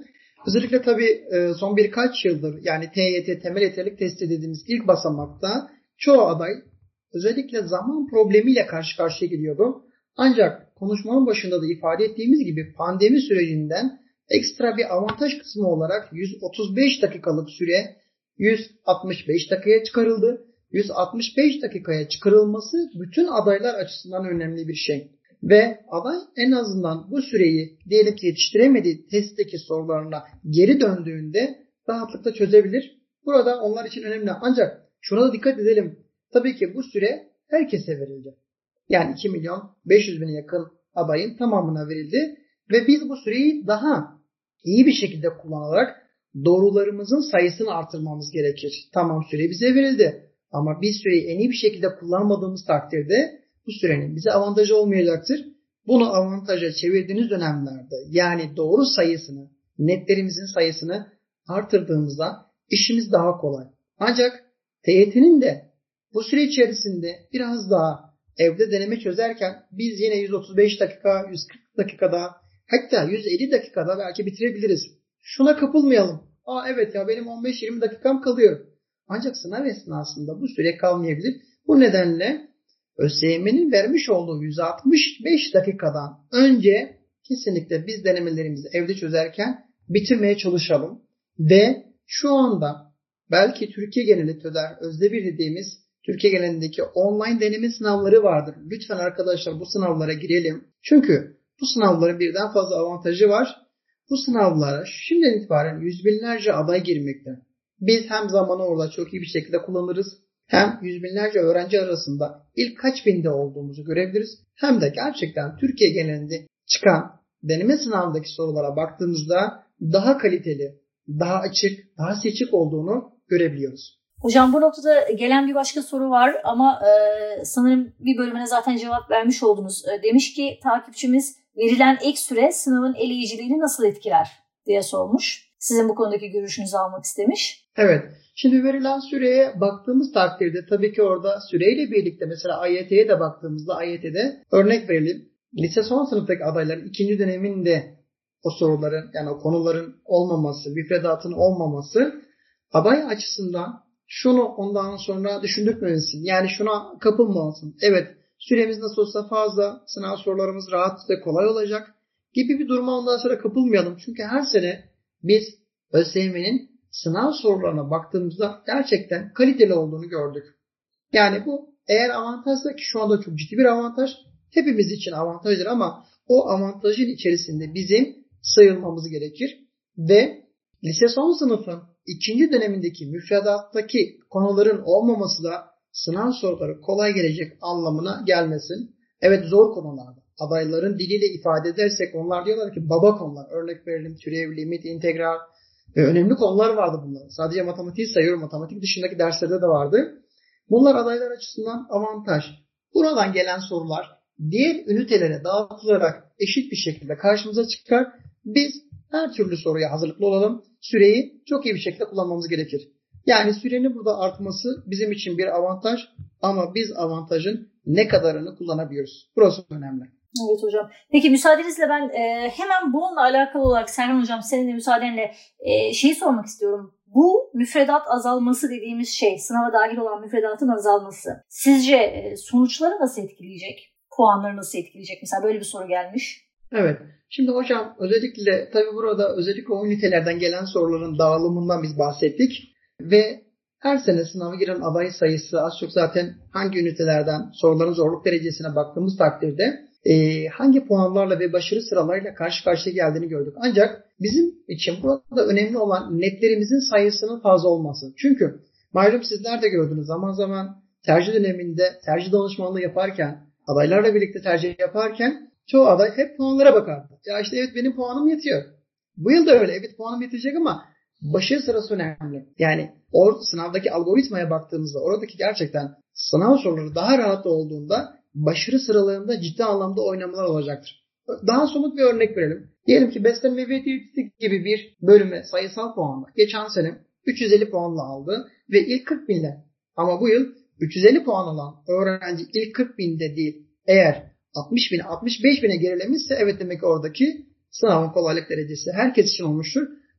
Özellikle tabii son birkaç yıldır yani T Y T temel yeterlilik testi dediğimiz ilk basamakta çoğu aday özellikle zaman problemiyle karşı karşıya geliyordu. Ancak konuşmanın başında da ifade ettiğimiz gibi pandemi sürecinden ekstra bir avantaj kısmı olarak yüz otuz beş dakikalık süre yüz altmış beş dakikaya çıkarıldı. yüz altmış beş dakikaya çıkarılması bütün adaylar açısından önemli bir şey. Ve aday en azından bu süreyi diyelim ki yetiştiremediği testteki sorularına geri döndüğünde rahatlıkla çözebilir. Burada onlar için önemli. Ancak şuna da dikkat edelim. Tabii ki bu süre herkese verildi. Yani iki milyon beş yüz bine yakın adayın tamamına verildi. Ve biz bu süreyi daha iyi bir şekilde kullanarak doğrularımızın sayısını artırmamız gerekir. Tamam, süre bize verildi. Ama biz süreyi en iyi bir şekilde kullanmadığımız takdirde bu sürenin bize avantajı olmayacaktır. Bunu avantaja çevirdiğiniz dönemlerde yani doğru sayısını, netlerimizin sayısını artırdığımızda işimiz daha kolay. Ancak T Y T'nin de bu süre içerisinde biraz daha evde deneme çözerken biz yine yüz otuz beş dakika, yüz kırk dakikada hatta yüz elli dakikada belki bitirebiliriz. Şuna kapılmayalım. Aa evet ya benim on beş yirmi dakikam kalıyor. Ancak sınav esnasında bu süre kalmayabilir. Bu nedenle ÖSYM'nin vermiş olduğu yüz altmış beş dakikadan önce kesinlikle biz denemelerimizi evde çözerken bitirmeye çalışalım. Ve şu anda belki Türkiye genelinde TÖDER Özde bir dediğimiz Türkiye genelindeki online deneme sınavları vardır. Lütfen arkadaşlar bu sınavlara girelim. Çünkü bu sınavların birden fazla avantajı var. Bu sınavlara şimdiden itibaren yüz binlerce aday girmekte. Biz hem zamanı orada çok iyi bir şekilde kullanırız. Hem yüz binlerce öğrenci arasında ilk kaç binde olduğumuzu görebiliriz. Hem de gerçekten Türkiye genelinde çıkan deneme sınavındaki sorulara baktığımızda daha kaliteli, daha açık, daha seçik olduğunu görebiliyoruz. Hocam bu noktada gelen bir başka soru var ama e, sanırım bir bölümüne zaten cevap vermiş oldunuz. E, demiş ki takipçimiz verilen ek süre sınavın eleyiciliğini nasıl etkiler diye sormuş. Sizin bu konudaki görüşünüzü almak istemiş. Evet. Şimdi verilen süreye baktığımız takdirde tabii ki orada süreyle birlikte mesela A Y T'ye de baktığımızda A Y T'de örnek verelim. Lise son sınıftaki adayların ikinci döneminde o soruların yani o konuların olmaması, müfredatın olmaması aday açısından şunu ondan sonra düşündürtmemesin. Yani şuna kapılmalısın. Evet, süremiz nasıl olsa fazla, sınav sorularımız rahat ve kolay olacak gibi bir duruma ondan sonra kapılmayalım. Çünkü her sene biz ÖSYM'nin sınav sorularına baktığımızda gerçekten kaliteli olduğunu gördük. Yani bu eğer avantajsa ki şu anda çok ciddi bir avantaj, hepimiz için avantajdır ama o avantajın içerisinde bizim sayılmamız gerekir ve lise son sınıfın ikinci dönemindeki müfredattaki konuların olmaması da sınav soruları kolay gelecek anlamına gelmesin. Evet, zor konularda. Adayların diliyle ifade edersek onlar diyorlar ki baba konular. Örnek verelim, türev, limit, integral ve önemli konular vardı bunlar. Sadece matematiği sayıyorum. Matematik dışındaki derslerde de vardı. Bunlar adaylar açısından avantaj. Buradan gelen sorular diğer ünitelere dağıtılarak eşit bir şekilde karşımıza çıkar. Biz her türlü soruya hazırlıklı olalım. Süreyi çok iyi bir şekilde kullanmamız gerekir. Yani sürenin burada artması bizim için bir avantaj ama biz avantajın ne kadarını kullanabiliyoruz. Burası önemli. Evet hocam. Peki müsaadenizle ben e, hemen bununla alakalı olarak Serhan hocam senin de müsaadenle e, şeyi sormak istiyorum. Bu müfredat azalması dediğimiz şey, sınava dahil olan müfredatın azalması sizce e, sonuçları nasıl etkileyecek? Puanları nasıl etkileyecek? Mesela böyle bir soru gelmiş. Evet. Şimdi hocam özellikle tabii burada özellikle o ünitelerden gelen soruların dağılımından biz bahsettik. Ve her sene sınava giren aday sayısı az çok zaten hangi ünitelerden soruların zorluk derecesine baktığımız takdirde e, hangi puanlarla ve başarı sıralarıyla karşı karşıya geldiğini gördük. Ancak bizim için burada önemli olan netlerimizin sayısının fazla olması. Çünkü malum sizler de gördünüz zaman zaman tercih döneminde tercih danışmanlığı yaparken adaylarla birlikte tercih yaparken çoğu aday hep puanlara bakardı. Ya işte evet benim puanım yetiyor. Bu yıl da öyle, evet puanım yetecek ama başarı sırası önemli. Yani o sınavdaki algoritmaya baktığımızda oradaki gerçekten sınav soruları daha rahat olduğunda başarı sıralarında ciddi anlamda oynamalar olacaktır. Daha somut bir örnek verelim. Diyelim ki beslenme ve diyetetik gibi bir bölüme sayısal puanla geçen sene üç yüz elli puanla aldı ve ilk kırk binde. Ama bu yıl üç yüz elli puan alan öğrenci ilk kırk binde değil. Eğer altmış bine altmış beş bine gerilemişse evet demek ki oradaki sınavın kolaylık derecesi herkes için olmuştur.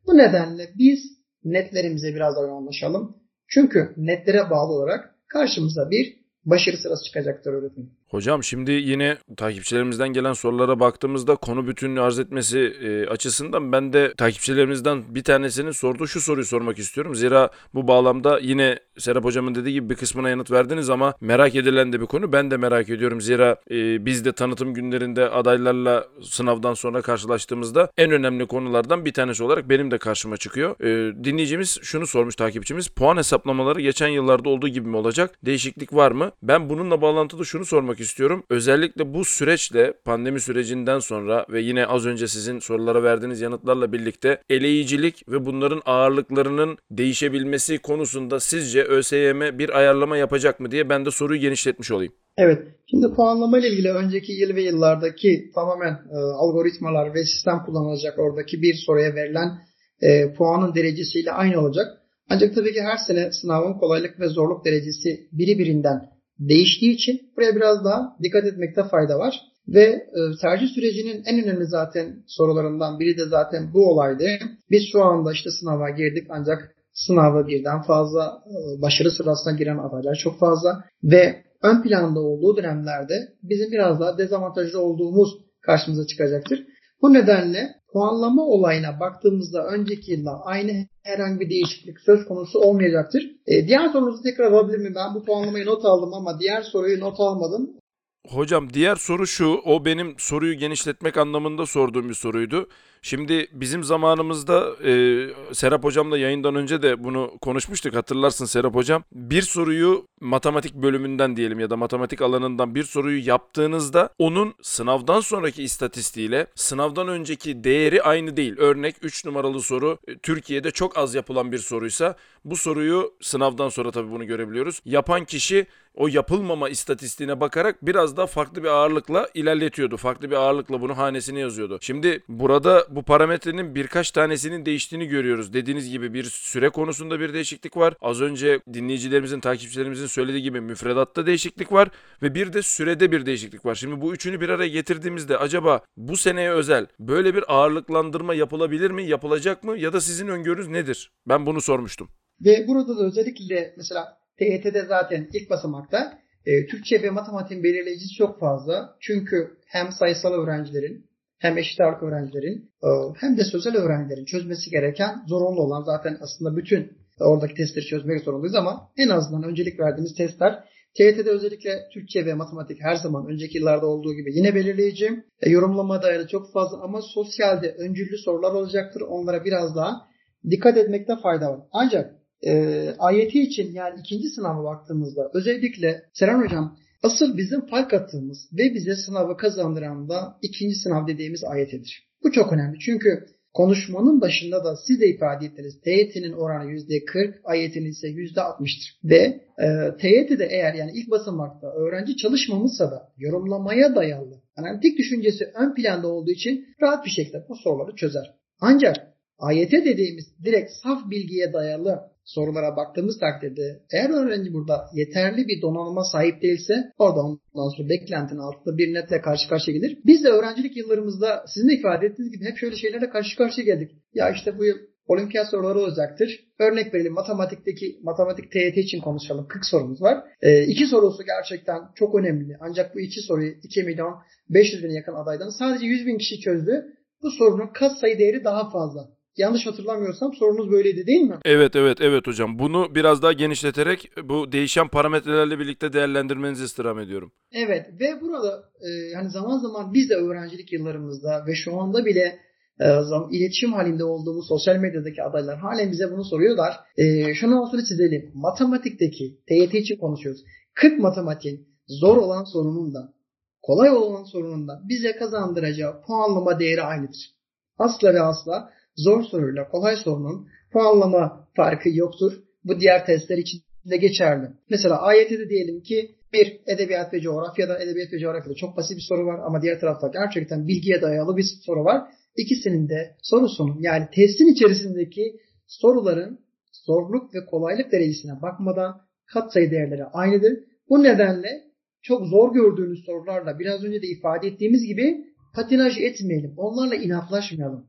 Bu nedenle biz netlerimize biraz daha yoğunlaşalım. Çünkü netlere bağlı olarak karşımıza bir başarı sırası çıkacaktır öğretmenim. Hocam şimdi yine takipçilerimizden gelen sorulara baktığımızda konu bütünlüğü arz etmesi e, açısından ben de takipçilerimizden bir tanesinin sorduğu şu soruyu sormak istiyorum. Zira bu bağlamda yine Serap Hocam'ın dediği gibi bir kısmına yanıt verdiniz ama merak edilen de bir konu. Ben de merak ediyorum. Zira e, biz de tanıtım günlerinde adaylarla sınavdan sonra karşılaştığımızda en önemli konulardan bir tanesi olarak benim de karşıma çıkıyor. E, dinleyicimiz şunu sormuş, takipçimiz. Puan hesaplamaları geçen yıllarda olduğu gibi mi olacak? Değişiklik var mı? Ben bununla bağlantılı şunu sormak istiyorum. Özellikle bu süreçle, pandemi sürecinden sonra ve yine az önce sizin sorulara verdiğiniz yanıtlarla birlikte eleyicilik ve bunların ağırlıklarının değişebilmesi konusunda sizce ÖSYM bir ayarlama yapacak mı diye ben de soruyu genişletmiş olayım. Evet. Şimdi puanlama ile ilgili önceki yıl ve yıllardaki tamamen e, algoritmalar ve sistem kullanılacak oradaki bir soruya verilen e, puanın derecesiyle aynı olacak. Ancak tabii ki her sene sınavın kolaylık ve zorluk derecesi biri birinden değiştiği için buraya biraz daha dikkat etmekte fayda var. Ve e, tercih sürecinin en önemli zaten sorularından biri de zaten bu olaydı. Biz şu anda işte sınava girdik ancak sınava birden fazla e, başarı sırasına giren adaylar çok fazla ve ön planda olduğu dönemlerde bizim biraz daha dezavantajlı olduğumuz karşımıza çıkacaktır. Bu nedenle puanlama olayına baktığımızda önceki yılla aynı herhangi bir değişiklik söz konusu olmayacaktır. E, diğer sorunuzu tekrar alabilir miyim? Ben bu puanlamayı not aldım ama diğer soruyu not almadım. Hocam diğer soru şu, o benim soruyu genişletmek anlamında sorduğum bir soruydu. Şimdi bizim zamanımızda e, Serap Hocam'la yayından önce de bunu konuşmuştuk, hatırlarsın Serap Hocam. Bir soruyu matematik bölümünden diyelim ya da matematik alanından bir soruyu yaptığınızda onun sınavdan sonraki istatistiğiyle sınavdan önceki değeri aynı değil. Örnek üç numaralı soru e, Türkiye'de çok az yapılan bir soruysa bu soruyu sınavdan sonra tabii bunu görebiliyoruz. Yapan kişi o yapılmama istatistiğine bakarak biraz daha farklı bir ağırlıkla ilerletiyordu. Farklı bir ağırlıkla bunu hanesine yazıyordu. Şimdi burada bu parametrenin birkaç tanesinin değiştiğini görüyoruz. Dediğiniz gibi bir süre konusunda bir değişiklik var. Az önce dinleyicilerimizin, takipçilerimizin söylediği gibi müfredatta değişiklik var ve bir de sürede bir değişiklik var. Şimdi bu üçünü bir araya getirdiğimizde acaba bu seneye özel böyle bir ağırlıklandırma yapılabilir mi, yapılacak mı ya da sizin öngörünüz nedir? Ben bunu sormuştum. Ve burada da özellikle mesela T Y T'de zaten ilk basamakta e, Türkçe ve matematiğin belirleyicisi çok fazla. Çünkü hem sayısal öğrencilerin hem eşit ağırlık öğrencilerin e, hem de sözel öğrencilerin çözmesi gereken zorunlu olan zaten aslında bütün oradaki testleri çözmek zorundayız ama en azından öncelik verdiğimiz testler T Y T'de özellikle Türkçe ve matematik her zaman önceki yıllarda olduğu gibi yine belirleyici. E, yorumlama dayalı çok fazla ama sosyalde öncüllü sorular olacaktır. Onlara biraz daha dikkat etmekte fayda var. Ancak e, A Y T için yani ikinci sınava baktığımızda özellikle Seren Hocam asıl bizim fark attığımız ve bize sınavı kazandıran da ikinci sınav dediğimiz A Y T'dir. Bu çok önemli çünkü konuşmanın başında da siz de ifade ettiniz. T Y T'nin oranı yüzde kırk, A Y T'nin ise yüzde altmıştır. Ve e, T Y T'de eğer yani ilk basamakta öğrenci çalışmamışsa da yorumlamaya dayalı analitik düşüncesi ön planda olduğu için rahat bir şekilde bu soruları çözer. Ancak A Y T dediğimiz direkt saf bilgiye dayalı sorulara baktığımız takdirde eğer öğrenci burada yeterli bir donanıma sahip değilse orada ondan sonra beklentinin altında bir netle karşı karşıya gelir. Biz de öğrencilik yıllarımızda sizin de ifade ettiğiniz gibi hep şöyle şeylerle karşı karşıya geldik. Ya işte bu yıl olimpiyat soruları olacaktır. Örnek verelim matematikteki matematik T Y T için konuşalım. kırk sorumuz var. E, iki sorusu gerçekten çok önemli. Ancak bu iki soruyu iki milyon beş yüz bine yakın adaydan sadece yüz bin kişi çözdü. Bu sorunun katsayı değeri daha fazla. Yanlış hatırlamıyorsam sorunuz böyleydi değil mi? Evet evet evet hocam. Bunu biraz daha genişleterek bu değişen parametrelerle birlikte değerlendirmenizi istirham ediyorum. Evet ve burada e, hani zaman zaman biz de öğrencilik yıllarımızda ve şu anda bile e, zaman, iletişim halinde olduğumuz sosyal medyadaki adaylar halen bize bunu soruyorlar. E, şunu altını çizelim. Matematikteki T Y T için konuşuyoruz. kırk matematiğin zor olan sorunun da kolay olan sorunun da bize kazandıracağı puanlama değeri aynıdır. Asla ve asla zor soruyla kolay sorunun puanlama farkı yoktur. Bu diğer testler için de geçerli. Mesela A Y T'de diyelim ki bir edebiyat ve coğrafyada edebiyat ve coğrafyada çok basit bir soru var ama diğer tarafta gerçekten bilgiye dayalı bir soru var. İkisinin de sorusunun yani testin içerisindeki soruların zorluk ve kolaylık derecesine bakmadan katsayı değerleri aynıdır. Bu nedenle çok zor gördüğünüz sorularla biraz önce de ifade ettiğimiz gibi patinaj etmeyelim. Onlarla inatlaşmayalım.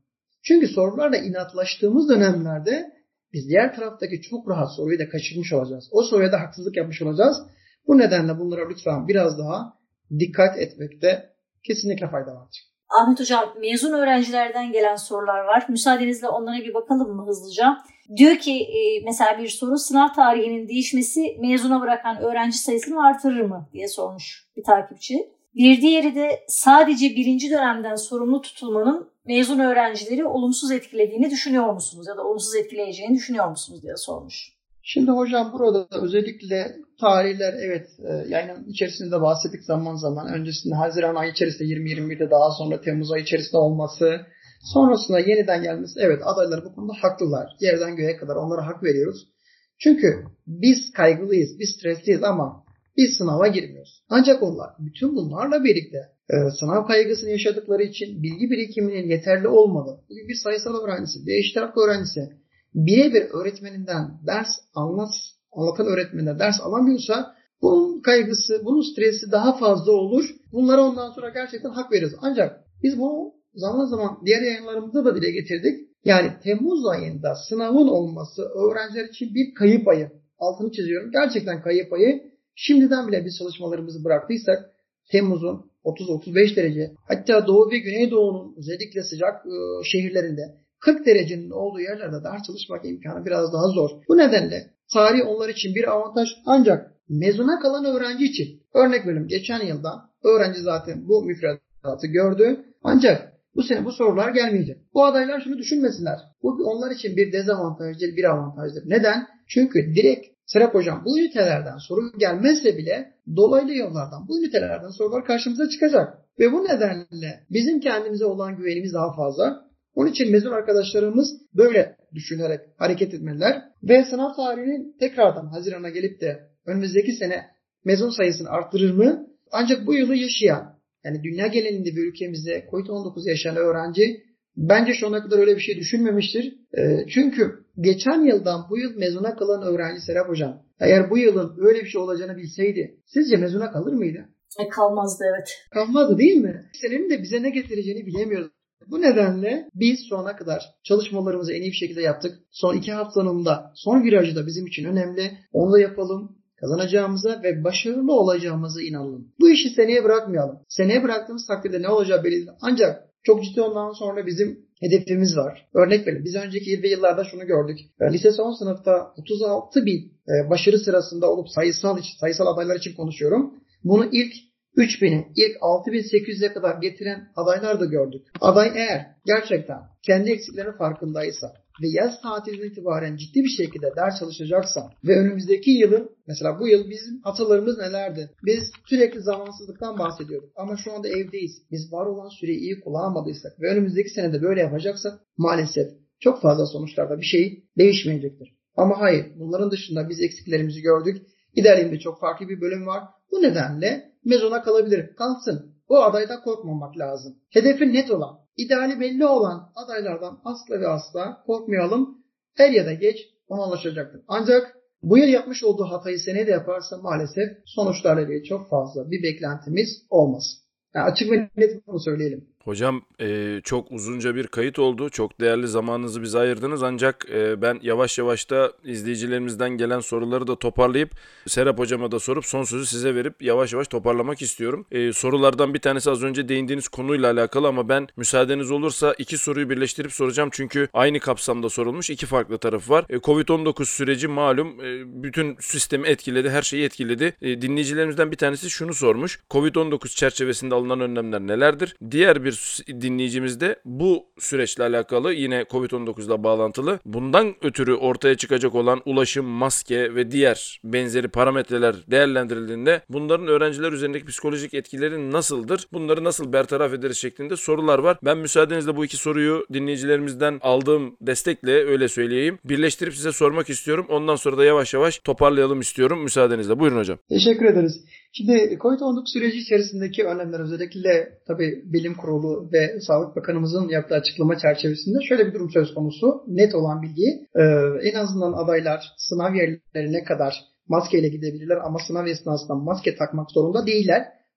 Çünkü sorularla inatlaştığımız dönemlerde biz diğer taraftaki çok rahat soruyu da kaçırmış olacağız. O soruya da haksızlık yapmış olacağız. Bu nedenle bunlara lütfen biraz daha dikkat etmekte kesinlikle fayda vardır. Ahmet Hocam, mezun öğrencilerden gelen sorular var. Müsaadenizle onlara bir bakalım mı hızlıca? Diyor ki e, mesela bir soru, sınav tarihinin değişmesi mezuna bırakan öğrenci sayısını artırır mı diye sormuş bir takipçi. Bir diğeri de sadece birinci dönemden sorumlu tutulmanın mezun öğrencileri olumsuz etkilediğini düşünüyor musunuz? Ya da olumsuz etkileyeceğini düşünüyor musunuz diye sormuş. Şimdi hocam burada özellikle tarihler evet yayının içerisinde bahsettik zaman zaman. Öncesinde Haziran ayı içerisinde yirmi yirmi birde daha sonra Temmuz ayı içerisinde olması. Sonrasında yeniden gelmesi, evet adaylar bu konuda haklılar. Yerden göğe kadar onlara hak veriyoruz. Çünkü biz kaygılıyız, biz stresliyiz ama biz sınava girmiyoruz. Ancak onlar bütün bunlarla birlikte e, sınav kaygısını yaşadıkları için bilgi birikiminin yeterli olmalı. Bugün bir sayısal öğrencisi, bir eşit ağırlık öğrencisi birebir öğretmeninden ders anlat, anlatan öğretmeninden ders alamıyorsa bunun kaygısı, bunun stresi daha fazla olur. Bunlara ondan sonra gerçekten hak veriyoruz. Ancak biz bunu zaman zaman diğer yayınlarımızda da dile getirdik. Yani Temmuz ayında sınavın olması öğrenciler için bir kayıp ayı. Altını çiziyorum. Gerçekten kayıp ayı. Şimdiden bile biz çalışmalarımızı bıraktıysak Temmuz'un otuz otuz beş derece, hatta Doğu ve Güneydoğu'nun özellikle sıcak e, şehirlerinde kırk derecenin olduğu yerlerde ders çalışmak imkanı biraz daha zor. Bu nedenle tarih onlar için bir avantaj, ancak mezuna kalan öğrenci için, örnek verelim geçen yılda öğrenci zaten bu müfredatı gördü, ancak bu sene bu sorular gelmeyecek. Bu adaylar şunu düşünmesinler. Bu onlar için bir dezavantaj değil, bir avantajdır. Neden? Çünkü direkt Serap Hocam bu ünitelerden soru gelmezse bile dolaylı yollardan bu ünitelerden sorular karşımıza çıkacak. Ve bu nedenle bizim kendimize olan güvenimiz daha fazla. Onun için mezun arkadaşlarımız böyle düşünerek hareket etmeliler. Ve sınav tarihinin tekrardan Haziran'a gelip de önümüzdeki sene mezun sayısını arttırır mı? Ancak bu yılı yaşayan, yani dünya genelinde bir ülkemizde kovid on dokuz yaşayan öğrenci bence şu ana kadar öyle bir şey düşünmemiştir. E, çünkü geçen yıldan bu yıl mezuna kalan öğrenci Serap Hocam, eğer bu yılın böyle bir şey olacağını bilseydi sizce mezuna kalır mıydı? E, kalmazdı evet. Kalmazdı değil mi? Senenin de bize ne getireceğini bilemiyoruz. Bu nedenle biz şu ana kadar çalışmalarımızı en iyi bir şekilde yaptık. Son iki haftanın da son virajı da bizim için önemli. Onu da yapalım. Kazanacağımıza ve başarılı olacağımıza inanalım. Bu işi seneye bırakmayalım. Seneye bıraktığımız takdirde ne olacağı belli değil. Ancak çok ciddi ondan sonra bizim hedefimiz var. Örnek verelim. Biz önceki yıllarda şunu gördük. Lise son sınıfta otuz altı bin başarı sırasında olup sayısal için, sayısal adaylar için konuşuyorum. Bunu ilk üç bini, ilk altı bin sekiz yüze kadar getiren adaylar da gördük. Aday eğer gerçekten kendi eksiklerinin farkındaysa ve yaz tatilinden itibaren ciddi bir şekilde ders çalışacaksa ve önümüzdeki yılın, mesela bu yıl bizim hatalarımız nelerdi? Biz sürekli zamansızlıktan bahsediyorduk ama şu anda evdeyiz. Biz var olan süreyi iyi kullanmadıysak ve önümüzdeki senede böyle yapacaksak maalesef çok fazla sonuçlarda bir şey değişmeyecektir. Ama hayır, bunların dışında biz eksiklerimizi gördük. İdealimde çok farklı bir bölüm var. Bu nedenle mezuna kalabilir. Kalsın. Bu adaydan korkmamak lazım. Hedefi net olan, ideali belli olan adaylardan asla ve asla korkmayalım. Er ya da geç ona ulaşacaktır. Ancak bu yıl yapmış olduğu hatayı seneye de yaparsa maalesef sonuçlarla ilgili çok fazla bir beklentimiz olmaz. Yani açık ve net bunu söyleyelim. Hocam e, çok uzunca bir kayıt oldu. Çok değerli zamanınızı bize ayırdınız. Ancak e, ben yavaş yavaş da izleyicilerimizden gelen soruları da toparlayıp Serap Hocama da sorup son sözü size verip yavaş yavaş toparlamak istiyorum. E, sorulardan bir tanesi az önce değindiğiniz konuyla alakalı ama ben müsaadeniz olursa iki soruyu birleştirip soracağım. Çünkü aynı kapsamda sorulmuş iki farklı tarafı var. E, kovid on dokuz süreci malum e, bütün sistemi etkiledi, her şeyi etkiledi. E, dinleyicilerimizden bir tanesi şunu sormuş. kovid on dokuz çerçevesinde alınan önlemler nelerdir? Diğer bir dinleyicimiz de bu süreçle alakalı yine kovid on dokuzla bağlantılı bundan ötürü ortaya çıkacak olan ulaşım, maske ve diğer benzeri parametreler değerlendirildiğinde bunların öğrenciler üzerindeki psikolojik etkileri nasıldır? Bunları nasıl bertaraf ederiz şeklinde sorular var. Ben müsaadenizle bu iki soruyu dinleyicilerimizden aldığım destekle öyle söyleyeyim. Birleştirip size sormak istiyorum. Ondan sonra da yavaş yavaş toparlayalım istiyorum müsaadenizle. Buyurun hocam. Teşekkür ederiz. Şimdi kovid on dokuz süreci içerisindeki önlemler özellikle tabii Bilim Kurulu ve Sağlık Bakanımızın yaptığı açıklama çerçevesinde şöyle bir durum söz konusu. Net olan bilgi e, en azından adaylar sınav yerlerine kadar maskeyle gidebilirler ama sınav esnasında maske takmak zorunda değiller.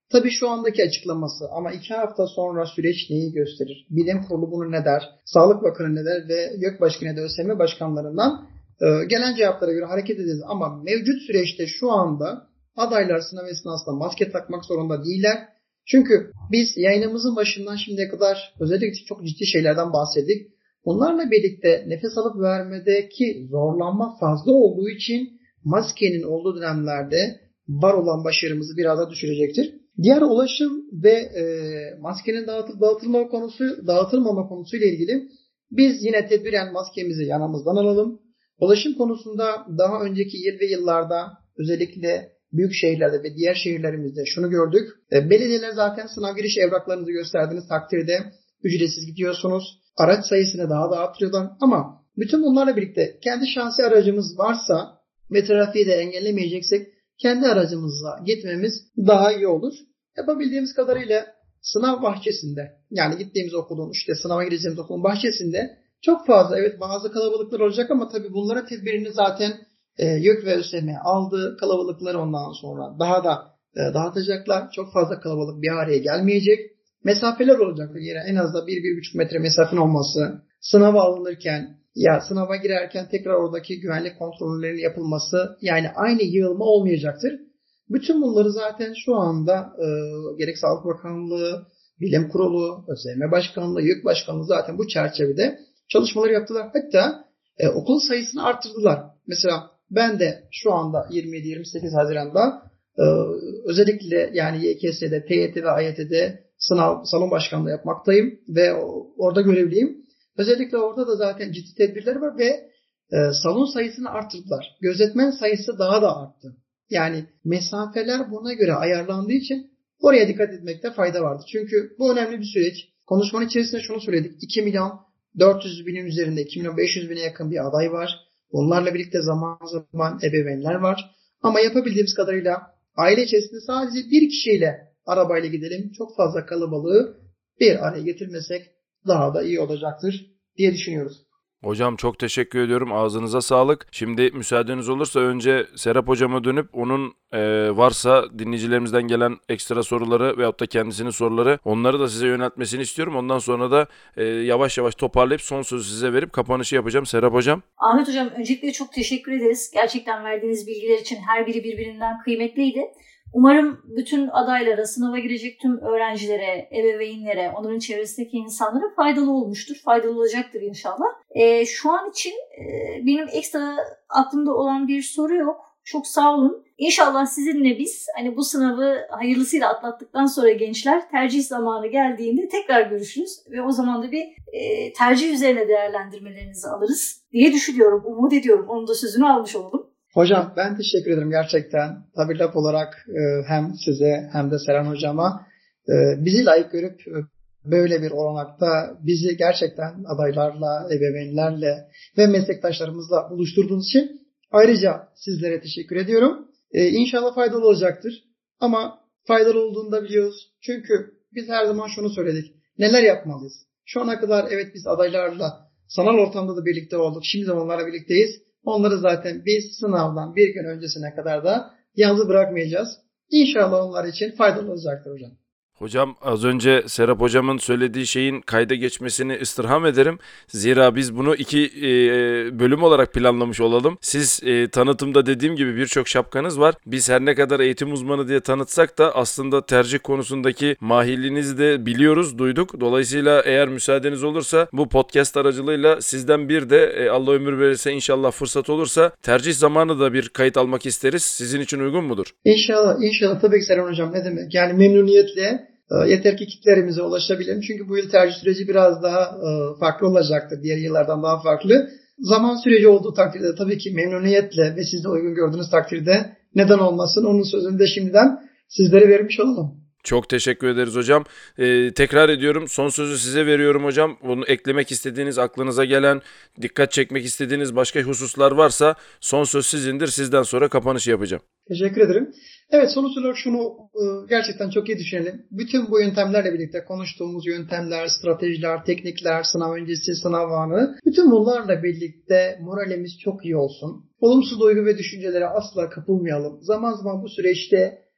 Tabii şu andaki açıklaması ama iki hafta sonra süreç neyi gösterir? Bilim Kurulu bunu ne der? Sağlık Bakanı ne der? Ve YÖK Başkanı da ÖSYM başkanlarından e, gelen cevaplara göre hareket edeceğiz. Ama mevcut süreçte şu anda adaylar sınav esnasında maske takmak zorunda değiller. Çünkü biz yayınımızın başından şimdiye kadar özellikle çok ciddi şeylerden bahsettik. Bunlarla birlikte nefes alıp vermedeki zorlanma fazla olduğu için maskenin olduğu dönemlerde var olan başarımızı biraz daha düşürecektir. Diğer ulaşım ve e, maskenin dağıtılıp dağıtılma konusu, dağıtılmama konusuyla ilgili biz yine tedbiren maskemizi yanımızdan alalım. Ulaşım konusunda daha önceki yıl ve yıllarda özellikle büyük şehirlerde ve diğer şehirlerimizde şunu gördük. E, belediyeler zaten sınav giriş evraklarınızı gösterdiğiniz takdirde ücretsiz gidiyorsunuz. Araç sayısını daha da artırıyorlar ama bütün bunlarla birlikte kendi şahsi aracımız varsa ve trafiği de engellemeyeceksek kendi aracımızla gitmemiz daha iyi olur. Yapabildiğimiz kadarıyla sınav bahçesinde, yani gittiğimiz okulun, işte sınava gireceğimiz okulun bahçesinde çok fazla, evet, bazı kalabalıklar olacak ama tabii bunlara tedbirini zaten e, YÖK ve ÖSYM aldı. Kalabalıkları ondan sonra daha da e, dağıtacaklar. Çok fazla kalabalık bir araya gelmeyecek. Mesafeler olacak. Yine en az da bir bir buçuk metre mesafen olması, sınava alınırken ya sınava girerken tekrar oradaki güvenlik kontrollerinin yapılması, yani aynı yığılma olmayacaktır. Bütün bunları zaten şu anda e, gerek Sağlık Bakanlığı, Bilim Kurulu, ÖSYM Başkanlığı, YÖK Başkanlığı zaten bu çerçevede çalışmaları yaptılar. Hatta e, okul sayısını arttırdılar. Mesela ben de şu anda yirmi yedi yirmi sekiz Haziran'da e, özellikle yani Y K S'de, T Y T ve A Y T'de sınav salon başkanlığı yapmaktayım ve orada görevliyim. Özellikle orada da zaten ciddi tedbirler var ve e, salon sayısını arttırdılar. Gözetmen sayısı daha da arttı. Yani mesafeler buna göre ayarlandığı için oraya dikkat etmekte fayda vardı. Çünkü bu önemli bir süreç. Konuşmanın içerisinde şunu söyledik. iki milyon dört yüz binin üzerinde iki milyon beş yüz bine yakın bir aday var. Bunlarla birlikte zaman zaman ebeveynler var. Ama yapabildiğimiz kadarıyla aile içerisinde sadece bir kişiyle arabayla gidelim. Çok fazla kalabalığı bir araya getirmesek daha da iyi olacaktır diye düşünüyoruz. Hocam çok teşekkür ediyorum. Ağzınıza sağlık. Şimdi müsaadeniz olursa önce Serap Hocama dönüp onun e, varsa dinleyicilerimizden gelen ekstra soruları veyahut da kendisinin soruları onları da size yöneltmesini istiyorum. Ondan sonra da e, yavaş yavaş toparlayıp son sözü size verip kapanışı yapacağım. Serap Hocam. Ahmet Hocam, öncelikle çok teşekkür ederiz. Gerçekten verdiğiniz bilgiler için her biri birbirinden kıymetliydi. Umarım bütün adaylara, sınava girecek tüm öğrencilere, ebeveynlere, onların çevresindeki insanlara faydalı olmuştur. Faydalı olacaktır inşallah. E, şu an için e, benim ekstra aklımda olan bir soru yok. Çok sağ olun. İnşallah sizinle biz hani bu sınavı hayırlısıyla atlattıktan sonra gençler tercih zamanı geldiğinde tekrar görüşürüz. Ve o zaman da bir e, tercih üzerine değerlendirmelerinizi alırız diye düşünüyorum. Umut ediyorum. Onun da sözünü almış oldum. Hocam ben teşekkür ederim gerçekten. Tabii laf olarak hem size hem de Seren Hocama bizi layık görüp böyle bir olanakta bizi gerçekten adaylarla, ebeveynlerle ve meslektaşlarımızla buluşturduğunuz için ayrıca sizlere teşekkür ediyorum. İnşallah faydalı olacaktır. Ama faydalı olduğunu da biliyoruz. Çünkü biz her zaman şunu söyledik. Neler yapmalıyız? Şu ana kadar evet biz adaylarla sanal ortamda da birlikte olduk. Şimdi de onlarla birlikteyiz. Onları zaten biz sınavdan bir gün öncesine kadar da yalnız bırakmayacağız. İnşallah onlar için faydalı olacaktır hocam. Hocam az önce Serap Hocam'ın söylediği şeyin kayda geçmesini istirham ederim. Zira biz bunu iki e, bölüm olarak planlamış olalım. Siz e, tanıtımda dediğim gibi birçok şapkanız var. Biz her ne kadar eğitim uzmanı diye tanıtsak da aslında tercih konusundaki mahirliğinizi de biliyoruz, duyduk. Dolayısıyla eğer müsaadeniz olursa bu podcast aracılığıyla sizden bir de e, Allah ömür verirse inşallah fırsat olursa tercih zamanı da bir kayıt almak isteriz. Sizin için uygun mudur? İnşallah, inşallah tabii ki Seren Hocam, ne demek. Yani memnuniyetle. Yeter ki kitlerimize ulaşabilelim. Çünkü bu yıl tercih süreci biraz daha farklı olacaktır. Diğer yıllardan daha farklı. Zaman süreci olduğu takdirde tabii ki memnuniyetle ve siz de uygun gördüğünüz takdirde neden olmasın, onun sözünü de şimdiden sizlere vermiş olalım. Çok teşekkür ederiz hocam. Ee, tekrar ediyorum, son sözü size veriyorum hocam. Bunu eklemek istediğiniz, aklınıza gelen, dikkat çekmek istediğiniz başka hususlar varsa son söz sizindir. Sizden sonra kapanışı yapacağım. Teşekkür ederim. Evet, sonuç olarak şunu gerçekten çok iyi düşünelim. Bütün bu yöntemlerle birlikte konuştuğumuz yöntemler, stratejiler, teknikler, sınav öncesi, sınav anı, bütün bunlarla birlikte moralimiz çok iyi olsun. Olumsuz duygu ve düşüncelere asla kapılmayalım. Zaman zaman bu süreçte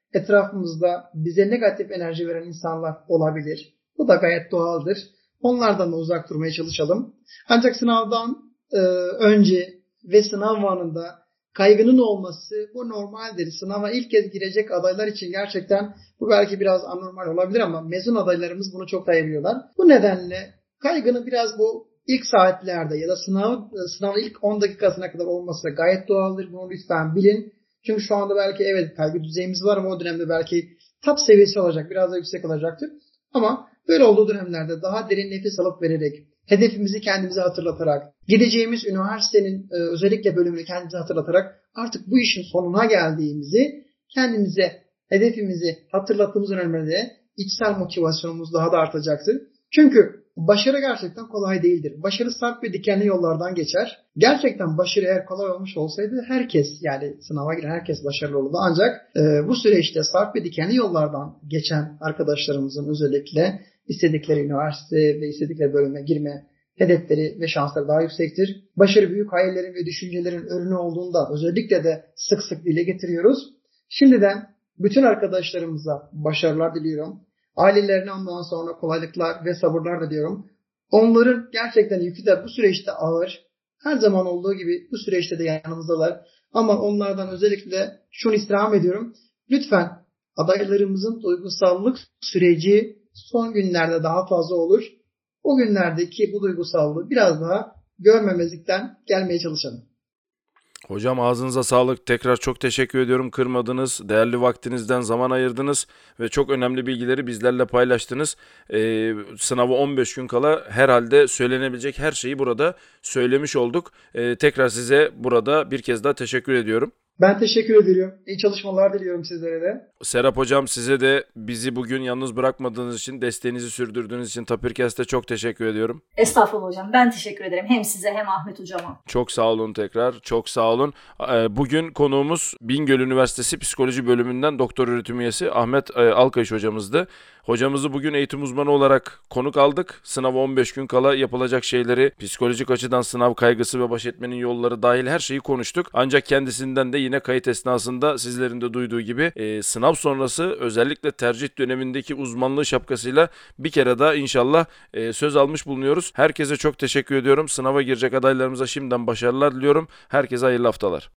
Etrafımızda bize negatif enerji veren insanlar olabilir. Bu da gayet doğaldır. Onlardan da uzak durmaya çalışalım. Ancak sınavdan e, önce ve sınav anında kaygının olması bu normaldir. Sınava ilk kez girecek adaylar için gerçekten bu belki biraz anormal olabilir ama mezun adaylarımız bunu çok da iyi biliyorlar. Bu nedenle kaygını biraz bu ilk saatlerde ya da sınav sınavın ilk on dakikasına kadar olması gayet doğaldır. Bunu lütfen bilin. Çünkü şu anda belki evet kaygı düzeyimiz var ama o dönemde belki top seviyesi olacak. Biraz da yüksek olacaktır. Ama böyle olduğu dönemlerde daha derin nefes alıp vererek, hedefimizi kendimize hatırlatarak, gideceğimiz üniversitenin e, özellikle bölümünü kendimize hatırlatarak artık bu işin sonuna geldiğimizi kendimize, hedefimizi hatırlattığımız dönemlerde içsel motivasyonumuz daha da artacaktır. Çünkü başarı gerçekten kolay değildir. Başarı sarp ve dikenli yollardan geçer. Gerçekten başarı eğer kolay olmuş olsaydı herkes yani sınava giren herkes başarılı olurdu. Ancak e, bu süreçte sarp ve dikenli yollardan geçen arkadaşlarımızın özellikle istedikleri üniversite ve istedikleri bölüme girme hedefleri ve şansları daha yüksektir. Başarı büyük hayallerin ve düşüncelerin ürünü olduğunda özellikle de sık sık dile getiriyoruz. Şimdiden bütün arkadaşlarımıza başarılar diliyorum. Ailelerine ondan sonra kolaylıklar ve sabırlar diliyorum. Onların gerçekten yükü de bu süreçte ağır. Her zaman olduğu gibi bu süreçte de yanımızdalar. Ama onlardan özellikle şunu istirham ediyorum. Lütfen adaylarımızın duygusallık süreci son günlerde daha fazla olur. O günlerdeki bu duygusallığı biraz daha görmemezlikten gelmeye çalışalım. Hocam ağzınıza sağlık. Tekrar çok teşekkür ediyorum. Kırmadınız, değerli vaktinizden zaman ayırdınız ve çok önemli bilgileri bizlerle paylaştınız. Ee, sınava on beş gün kala herhalde söylenebilecek her şeyi burada söylemiş olduk. Ee, tekrar size burada bir kez daha teşekkür ediyorum. Ben teşekkür ediyorum. İyi çalışmalar diliyorum sizlere de. Serap Hocam size de bizi bugün yalnız bırakmadığınız için, desteğinizi sürdürdüğünüz için Tapirkest'e çok teşekkür ediyorum. Estağfurullah hocam. Ben teşekkür ederim. Hem size hem Ahmet hocama. Çok sağ olun tekrar. Çok sağ olun. Bugün konuğumuz Bingöl Üniversitesi Psikoloji Bölümünden doktor öğretim üyesi Ahmet Alkayış hocamızdı. Hocamızı bugün eğitim uzmanı olarak konuk aldık. Sınava on beş gün kala yapılacak şeyleri, psikolojik açıdan sınav kaygısı ve baş etmenin yolları dahil her şeyi konuştuk. Ancak kendisinden de yine kayıt esnasında sizlerin de duyduğu gibi e, sınav sonrası özellikle tercih dönemindeki uzmanlığı şapkasıyla bir kere daha inşallah e, söz almış bulunuyoruz. Herkese çok teşekkür ediyorum. Sınava girecek adaylarımıza şimdiden başarılar diliyorum. Herkese hayırlı haftalar.